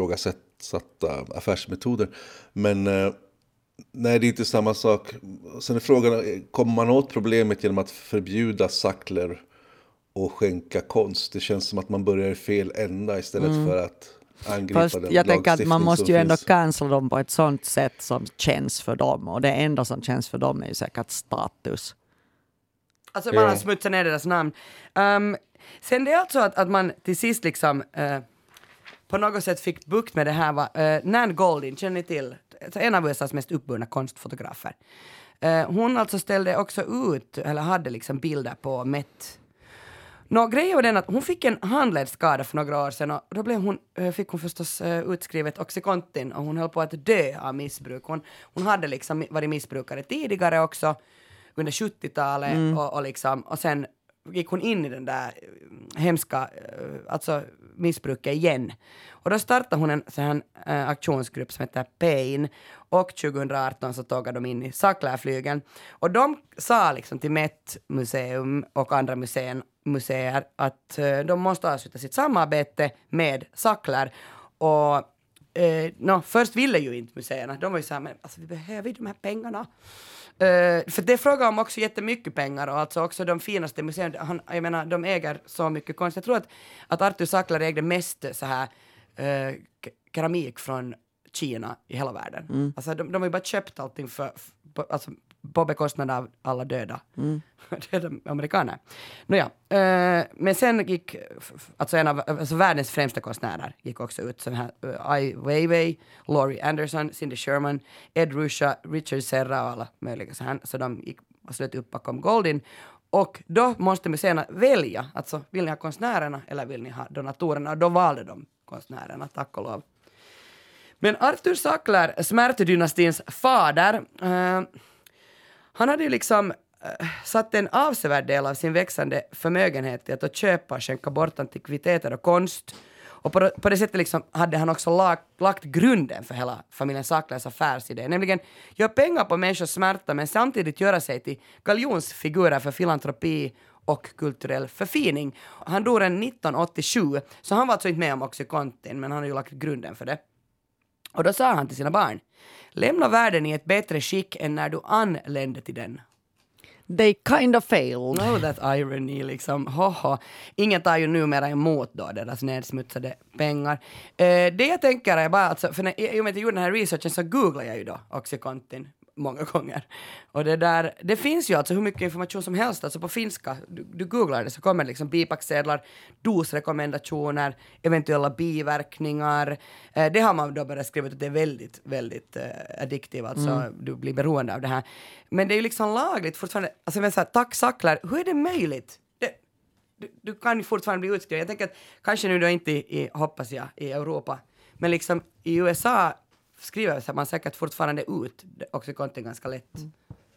ifrågasatta affärsmetoder, men eh, nej, det är inte samma sak. Sen är frågan, kommer man åt problemet genom att förbjuda Sackler och skänka konst? Det känns som att man börjar i fel ända istället mm. för att fast jag tänker att man måste ju ändå cancella dem på ett sånt sätt som känns för dem. Och det enda som känns för dem är ju säkert status. Alltså man har smutsat ner deras namn. Um, sen det är alltså att, att man till sist liksom uh, på något sätt fick bukt med det här. Var, uh, Nan Goldin, känner ni till? En av U S A:s mest uppburna konstfotografer. Uh, hon alltså ställde också ut, eller hade liksom bilder på Met. Nå, grejen var den att hon fick en handledsskada för några år sedan och då blev hon, fick hon förstås uh, utskrivet Oxycontin och hon höll på att dö av missbruk. Hon, hon hade liksom varit missbrukare tidigare också under sjuttiotalet mm. och, och, liksom, och sen gick hon in i den där hemska uh, alltså missbruket igen. Och då startade hon en sån här uh, aktionsgrupp som heter Pain och tjugoarton så tog de in i Sacklerflygen. Och de sa liksom till Met museum och andra museer museer att uh, de måste avsluta sitt samarbete med Sackler och uh, no, först ville ju inte museerna, de var ju så här, men alltså vi behöver ju de här pengarna uh, för det frågar om också jättemycket pengar och alltså också de finaste museerna, han, jag menar de äger så mycket konst, jag tror att, att Arthur Sackler ägde mest så här uh, keramik från Kina i hela världen, mm. alltså de, de har ju bara köpt allting för, för alltså på bekostnad av alla döda, mm. döda amerikaner. Nåja, uh, men sen gick, alltså en av alltså världens främsta konstnärer gick också ut, som här uh, Ai Weiwei, Laurie Anderson, Cindy Sherman, Ed Ruscha, Richard Serra och alla möjliga så här, så de gick och slöt upp bakom Goldin. Och då måste museerna välja, alltså vill ni ha konstnärerna eller vill ni ha donatorerna, och då valde de konstnärerna, tack och lov. Men Arthur Sackler, smärtdynastins fader, uh, han hade ju liksom äh, satt en avsevärd del av sin växande förmögenhet till att köpa och skänka bort antikviteter och konst. Och på, på det sättet liksom hade han också lag, lagt grunden för hela familjen Sacklers affärsidé. Nämligen göra pengar på människors smärta men samtidigt göra sig till galjonsfigurer för filantropi och kulturell förfining. Han dog den nitton åttiosju, så han var alltså inte med om Oxycontin, men han har ju lagt grunden för det. Och då sa han till sina barn: lämna världen i ett bättre skick än när du anlände till den. They kind of failed. Oh, that irony liksom. Hoho. Ingen tar ju numera emot då deras nedsmutsade pengar. Eh, det jag tänker är bara, alltså, för när, i och med att jag gjorde den här researchen så googlade jag ju då Oxycontin många gånger. Och det där, det finns ju alltså hur mycket information som helst, alltså på finska, du, du googlar det så kommer liksom bipacksedlar, dosrekommendationer, eventuella biverkningar. Eh, det har man då börjat skriva ut att det är väldigt, väldigt eh, addiktivt, alltså mm. du blir beroende av det här. Men det är ju liksom lagligt fortfarande, alltså men så här, tack Sackler, hur är det möjligt? Det, du, du kan ju fortfarande bli utskriven. Jag tänker att kanske nu då inte i, hoppas jag, i Europa, men liksom i U S A skriver man säkert fortfarande ut Oxycontin ganska lätt. Mm.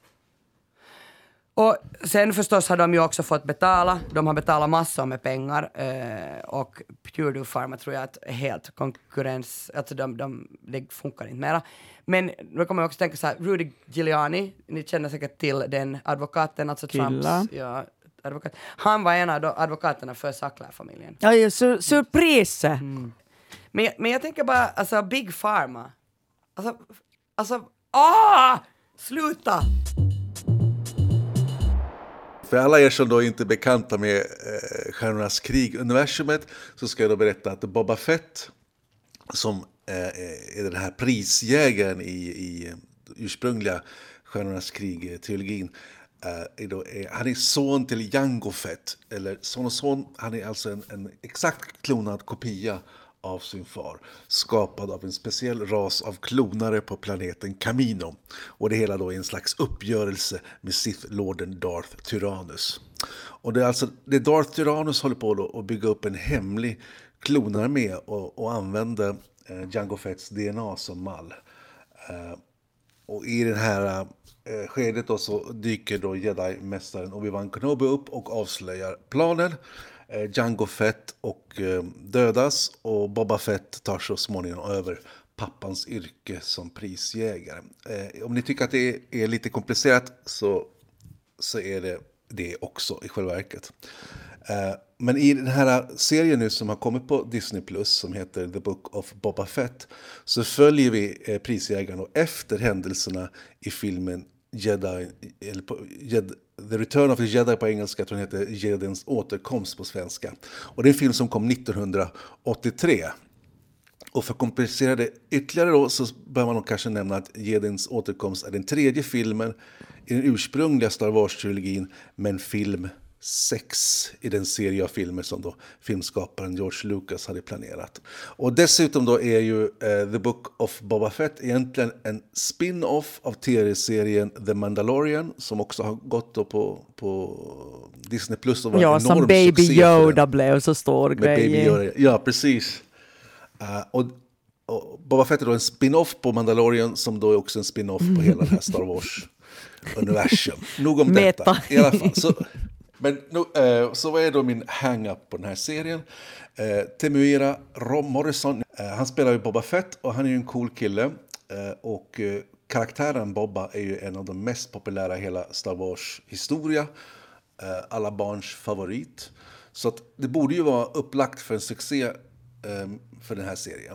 Och sen förstås har de ju också fått betala. De har betalat massor med pengar. Eh, och Purdue Pharma tror jag att helt konkurrens, alltså de, de, det funkar inte mera. Men då kommer jag också tänka så här, Rudy Giuliani, ni känner säkert till den advokaten, alltså Trumps, ja, advokat. Han var en av advokaterna för Sackler-familjen. Ja, ja sur, surprise! Mm. Men, men jag tänker bara, alltså Big Pharma. Alltså, alltså, ah! Sluta! För alla er som då inte är bekanta med eh, Stjärnornas krig-universumet så ska jag då berätta att Boba Fett, som eh, är den här prisjägaren i, i ursprungliga Stjärnornas krig-trilogin, eh, är då, är, han är son till Jango Fett, eller son och son, han är alltså en, en exakt klonad kopia av sin far, skapad av en speciell ras av klonare på planeten Kamino. Och det hela då är en slags uppgörelse med Sith-lorden Darth Tyrannus. Och det är alltså det Darth Tyrannus håller på då att bygga upp en hemlig klonarmé och, och använda eh, Jango Fetts D N A som mall. Eh, och i den här eh, skedet då så dyker då Jedi-mästaren Obi-Wan Kenobi upp och avslöjar planen. Jango Fett och eh, dödas, och Boba Fett tar så småningom över pappans yrke som prisjägare. Eh, om ni tycker att det är, är lite komplicerat så, så är det det också i själva verket. Eh, men i den här serien nu som har kommit på Disney Plus som heter The Book of Boba Fett så följer vi eh, prisjägaren och efter händelserna i filmen Jedi, eller på, Jedi, The Return of the Jedi på engelska, tror jag heter Jedins återkomst på svenska. Och det är en film som kom nittonhundraåttiotre. Och för att komplicera det ytterligare då så bör man nog kanske nämna att Jedins återkomst är den tredje filmen i den ursprungliga Star Wars-trilogin, men film sex i den serie av filmer som då filmskaparen George Lucas hade planerat. Och dessutom då är ju uh, The Book of Boba Fett egentligen en spin-off av tv-serien The Mandalorian som också har gått då på, på Disney Plus och var ja, en enorm som Baby succé Yoda blev så stor grej. Ja, precis. Uh, och, och Boba Fett är då en spin-off på Mandalorian som då är också en spin-off på hela det här Star Wars-universum. Nog om Meta. detta. I alla fall. Så, men nu, eh, så vad är då min hang-up på den här serien? Eh, Temuera Rom Morrison, eh, han spelar ju Boba Fett och han är ju en cool kille. Eh, och eh, karaktären Boba är ju en av de mest populära i hela Star Wars-historia. Eh, alla barns favorit. Så att det borde ju vara upplagt för en succé eh, för den här serien.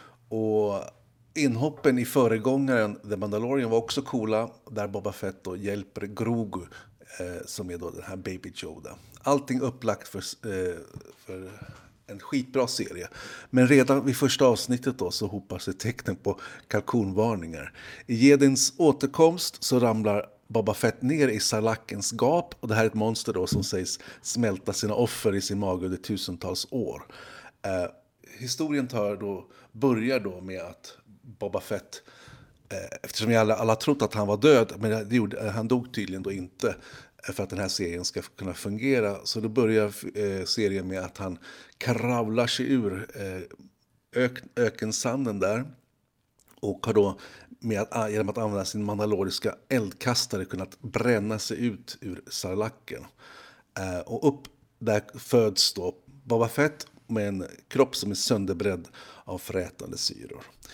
Och inhoppen i föregångaren The Mandalorian var också coola. Där Boba Fett då hjälper Grogu, eh, som är då den här Baby Yoda. Allting upplagt för, eh, för en skitbra serie. Men redan vid första avsnittet då så hopar sig tecknen på kalkonvarningar. I Jedins återkomst så ramlar Boba Fett ner i Sarlackens gap. Och det här är ett monster då som sägs smälta sina offer i sin mage under tusentals år. Eh, historien tar då, börjar då med att Boba Fett, eh, eftersom alla, alla trott att han var död, men det gjorde, han dog tydligen då inte för att den här serien ska kunna fungera. Så då börjar eh, serien med att han kravlar sig ur eh, ök, ökensanden där och har då med att, genom att använda sin mandaloriska eldkastare kunnat bränna sig ut ur Sarlacken. Eh, och upp där föds då Boba Fett med en kropp som är sönderbredd av frätande syror.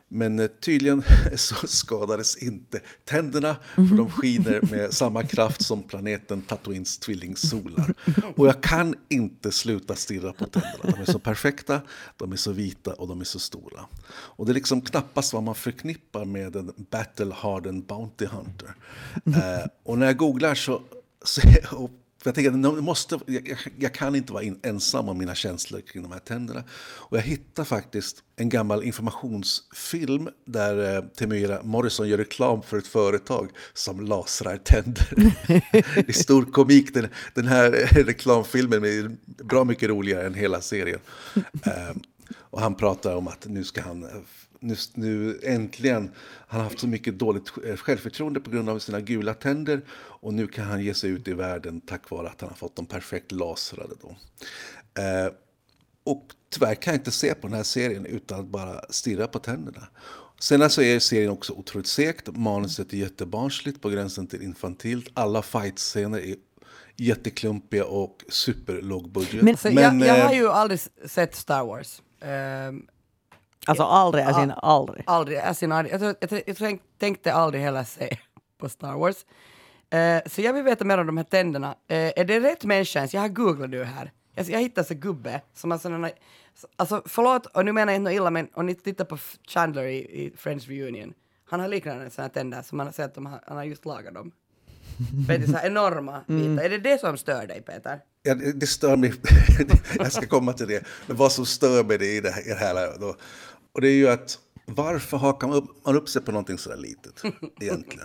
Men tydligen så skadades inte tänderna, för de skiner med samma kraft som planeten Tatooines tvillingsolar. Och jag kan inte sluta stirra på tänderna. De är så perfekta, de är så vita och de är så stora. Och det är liksom knappast vad man förknippar med en battle-hardened bounty hunter. Eh, och när jag googlar så... så och jag tänker att jag, måste, jag, jag kan inte vara in, ensam om mina känslor kring de här tänderna. Och jag hittar faktiskt en gammal informationsfilm där eh, Temuera Morrison gör reklam för ett företag som lasrar tänder. Det är stor komik. Den, den här reklamfilmen är bra mycket roligare än hela serien. Eh, och han pratar om att nu ska han... Nu, nu äntligen, han har haft så mycket dåligt självförtroende på grund av sina gula tänder, och nu kan han ge sig ut i världen tack vare att han har fått dem perfekt lasrade då. Eh, och tyvärr kan jag inte se på den här serien utan att bara stirra på tänderna. Sen så är serien också otroligt segt, manuset är jättebarnsligt på gränsen till infantilt, alla fightscener är jätteklumpiga och superlåg budget. Men, så Men jag, jag har ju aldrig sett Star Wars. Um, Alltså aldrig, jag sin aldrig. Aldrig, jag sin aldrig. Jag, jag, jag, jag tänkte aldrig heller se på Star Wars. Uh, så jag vill veta mer om de här tänderna. Uh, är det rätt människa? Jag har googlat nu här. Jag, jag hittade så gubbe som har sådana... Alltså förlåt, och nu menar jag inte illa, men om ni tittar på Chandler i, i Friends Reunion. Han har liknande sådana tänder som man har sett, han har just lagat dem. Vet du, så här enorma bitar. Mm. Är det det som stör dig, Peter? Ja, det, det stör mig. Jag ska komma till det. Men vad som stör mig det är det här, det här då. Och det är ju att varför hakar man upp, man upp sig på någonting så där litet egentligen?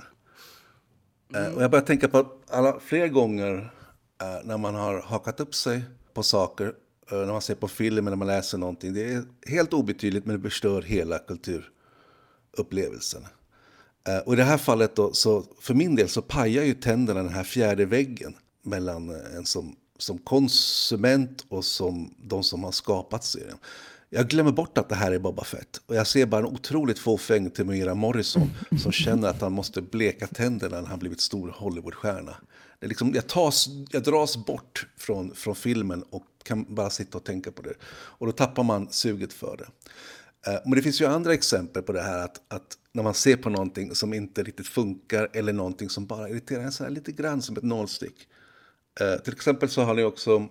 Mm. Uh, och jag börjar tänka på alla fler gånger uh, när man har hakat upp sig på saker, uh, när man ser på film eller när man läser någonting. Det är helt obetydligt, men det förstör hela kulturupplevelsen. Uh, och i det här fallet då, så för min del så pajar ju tänderna den här fjärde väggen mellan en som, som konsument och som de som har skapat serien. Jag glömmer bort att det här är Boba Fett. Och jag ser bara en otroligt fåfäng Temuera Morrison som känner att han måste bleka tänderna när han blivit stor Hollywoodstjärna. Det är liksom, jag, tas, jag dras bort från, från filmen och kan bara sitta och tänka på det. Och då tappar man suget för det. Uh, men det finns ju andra exempel på det här att, att när man ser på någonting som inte riktigt funkar eller någonting som bara irriterar en så här lite grann som ett nålstick. Uh, till exempel så har ni också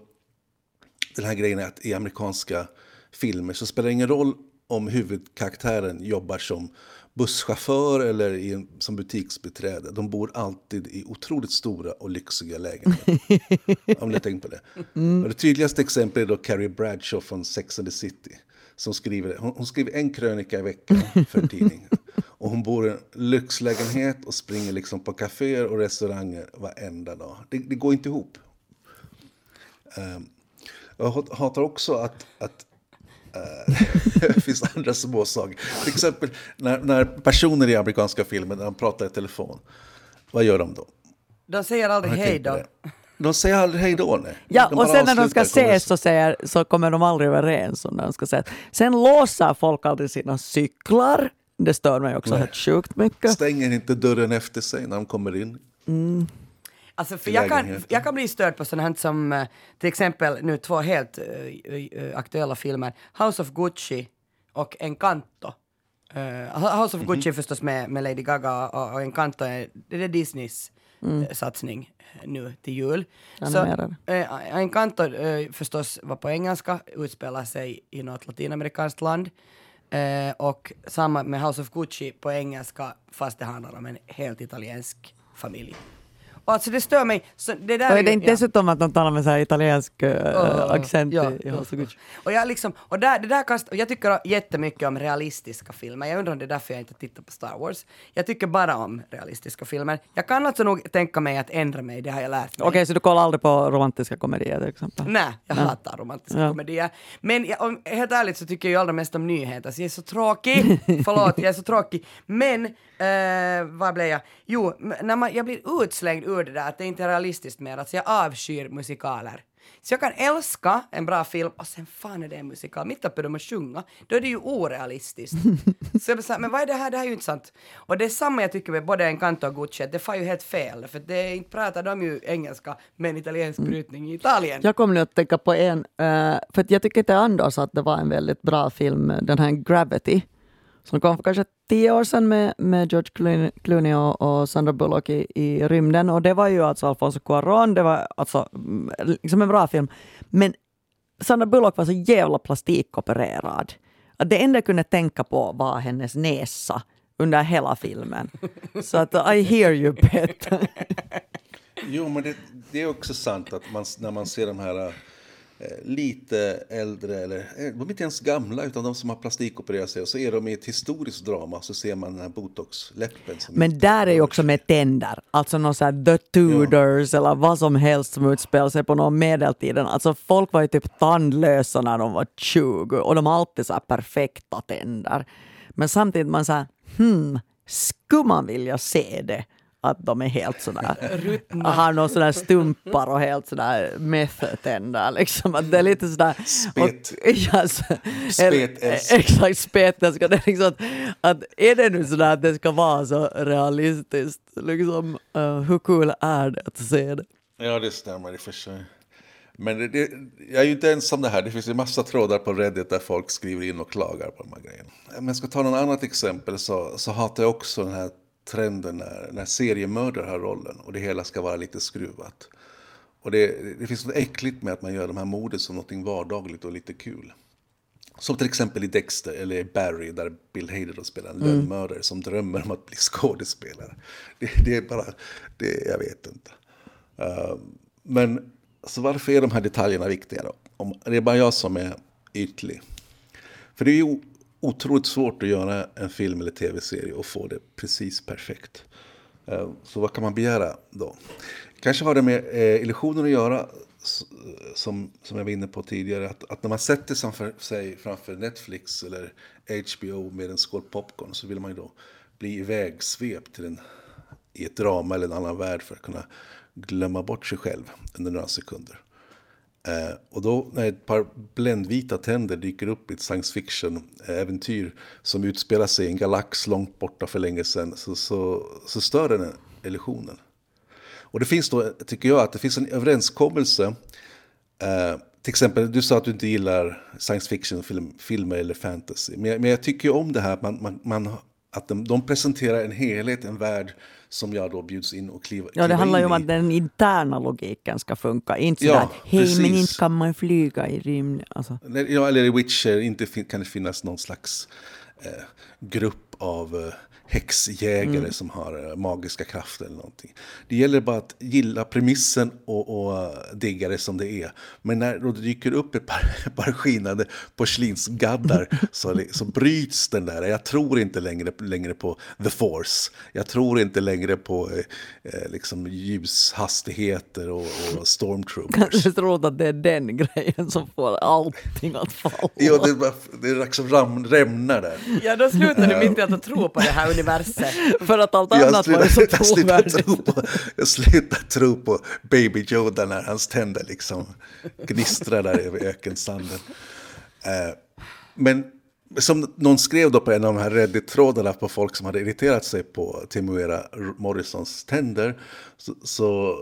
den här grejen att i amerikanska filmer så spelar det ingen roll om huvudkaraktären jobbar som busschaufför eller i en, som butiksbiträde. De bor alltid i otroligt stora och lyxiga lägenheter. Om ni har tänkt på det. Mm. Och det tydligaste exemplet är då Carrie Bradshaw från Sex and the City. Som skriver, hon, hon skriver en krönika i veckan för en tidning. Och hon bor i en lyxlägenhet och springer liksom på kaféer och restauranger varenda dag. Det, det går inte ihop. Um, jag hatar också att, att uh, det finns andra småsaker. Till exempel när, när personer i amerikanska filmer när de pratar i telefon. Vad gör de då? De säger aldrig hej då. De säger aldrig hej då, nej. Ja, och sen när de ska ses så, säger, så kommer de aldrig överens om när de ska ses. Sen låser folk aldrig sina cyklar. Det stör mig också helt sjukt mycket. Stänger inte dörren efter sig när de kommer in. Mm. Alltså, för jag kan, jag kan bli störd på sådant här som till exempel nu två helt uh, aktuella filmer. House of Gucci och Encanto. Uh, House of mm-hmm. Gucci förstås med, med Lady Gaga och, och Encanto är, det är Disneys mm. satsning nu till jul. Så äh, Encanto äh, förstås var på engelska, utspelar sig i något latinamerikanskt land äh, och samma med House of Gucci på engelska fast det handlar om en helt italiensk familj. Och alltså det stör mig. Så det där och är det inte ja. dessutom att de talar med så här italiensk uh, uh, accent ja, i House of Gucci? Och jag liksom, och där, det där kast, och jag tycker jättemycket om realistiska filmer. Jag undrar om det är därför jag inte tittar på Star Wars. Jag tycker bara om realistiska filmer. Jag kan alltså nog tänka mig att ändra mig, det har jag lärt mig. Okej, okay, så du kollar aldrig på romantiska komedier till exempel? Nej, jag Nej. hatar romantiska ja. komedier. Men jag, om, helt ärligt så tycker jag ju allra mest om nyheter. Så jag är så tråkig. Förlåt, jag är så tråkig. Men, eh, vad blev jag? Jo, när man, jag blir utslängd ur det där att det inte är realistiskt mer. Alltså jag avskyr musikaler. Så jag kan älska en bra film och sen fan är det en musikal. Mitt uppe de att sjunga, då är det ju orealistiskt. Så jag bara, men vad är det här? Det här är ju inte sant. Och det är samma jag tycker med både Encanto och Gucci. Det får ju helt fel. För det är inte pratar de ju engelska med en italiensk brytning i Italien. Jag kommer nu att tänka på en, uh, för att jag tycker inte Anders att det var en väldigt bra film, den här Gravity. som kom för kanske tio år sedan med, med George Clooney och, och Sandra Bullock i, i rymden. Och det var ju alltså Alfonso Cuarón, det var alltså liksom en bra film. Men Sandra Bullock var så jävla plastikopererad. Att det enda jag kunde tänka på var hennes näsa under hela filmen. Så att I hear you, Peter. Jo, men det, det är också sant att man, när man ser de här eh, lite äldre, eller eh, de är inte ens gamla utan de som har plastikopererat sig, och så är de i ett historiskt drama, så ser man den här botox-läppen. Som men där är ju också med tänder. Alltså någon sån här The Tudors ja. eller vad som helst som utspelar sig på någon medeltiden. Alltså folk var ju typ tandlösa när de var tjugo och de har alltid så här perfekta tänder. Men samtidigt man säger, hmm, skulle man vilja se det? Att de är helt sådär, har någon sådär stumpar och helt sådär meth-tänder liksom. Att det är lite sådär... Spet. Och, ja, så, Spetälsk. Exakt, spetälsk. Det är liksom att, att är det nu sådär att det ska vara så realistiskt? Liksom, uh, hur kul är det att se det? Ja, det stämmer i och för sig. Men det, det, jag är ju inte ensam det här. Det finns ju massa trådar på Reddit där folk skriver in och klagar på de här grejerna. Om jag ska ta något annat exempel så, så hatar jag också den här trenden när, när seriemördare har rollen och det hela ska vara lite skruvat. Och det, det finns något äckligt med att man gör de här mordet som något vardagligt och lite kul. Som till exempel i Dexter eller i Barry där Bill Hader spelar en mm. lönnmördare som drömmer om att bli skådespelare. Det, det är bara, det, jag vet inte. Uh, men så varför är de här detaljerna viktiga då? Om, det är bara jag som är ytlig. För det är ju otroligt svårt att göra en film eller tv-serie och få det precis perfekt. Så vad kan man begära då? Kanske har det med illusioner att göra, som, som jag var inne på tidigare. Att, att när man sätter sig, sig framför Netflix eller H B O med en skål popcorn så vill man ju då bli ivägsvept till en, i ett drama eller en annan värld för att kunna glömma bort sig själv under några sekunder. Eh, och då när ett par bländvita tänder dyker upp i ett science fiction-äventyr som utspelar sig i en galax långt borta för länge sedan så, så, så stör den illusionen. Och det finns då, tycker jag, att det finns en överenskommelse. Eh, till exempel, du sa att du inte gillar science fiction-filmer eller fantasy. Men jag, men jag tycker ju om det här man, man, man, att de, de presenterar en helhet, en värld som jag då bjuds in och kliva, kliva Ja, det handlar ju om i. att den interna logiken ska funka. Inte sådär, Ja, hej precis. men inte kan man flyga i rymden. Alltså. Ja, eller i Witcher inte fin- kan det finnas någon slags eh, grupp av eh, häxjägare mm. som har eh, magiska krafter eller någonting. Det gäller bara att gilla premissen och, och uh, digga det som det är. Men när det dyker upp ett par, ett par skinande porslinsgaddar så, så bryts den där. Jag tror inte längre, längre på The Force. Jag tror inte längre på eh, liksom ljushastigheter och, och stormtroopers. Jag tror att det är den grejen som får allting att falla. Ja, det är, bara, det är liksom ram, rämnar där. Ja, då slutar du mitt i att tro på det här universum. För att allt Jag annat slutar, var ju så jag, slutar trovärdigt. tro på, jag slutar tro på Baby Yoda när hans tänder liksom gnistrar där över ökensanden. Eh, men som någon skrev då på en av de här Reddit-trådarna på folk som hade irriterat sig på Temuera Morrisons tänder så, så,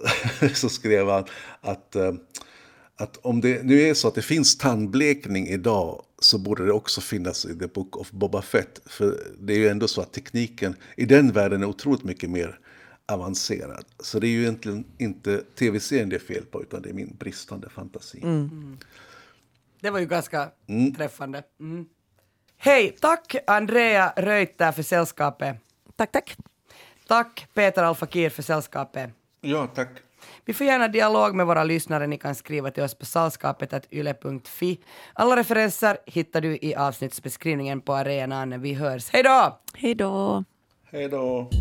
så skrev han att, eh, att om det nu är så att det finns tandblekning idag så borde det också finnas i The Book of Boba Fett. För det är ju ändå så att tekniken i den världen är otroligt mycket mer avancerad. Så det är ju egentligen inte tv-serien det är fel på utan det är min bristande fantasi. Mm. Mm. Det var ju ganska mm. träffande. Mm. Hej, tack Andrea Reuter för sällskapet. Tack, tack. Tack Peter Al-Fakir för sällskapet. Ja, tack. Vi får gärna dialog med våra lyssnare. Ni kan skriva till oss på salskapet at yle punkt fi. Alla referenser hittar du i avsnittsbeskrivningen på arenan. Vi hörs. Hej då! Hej då! Hej då!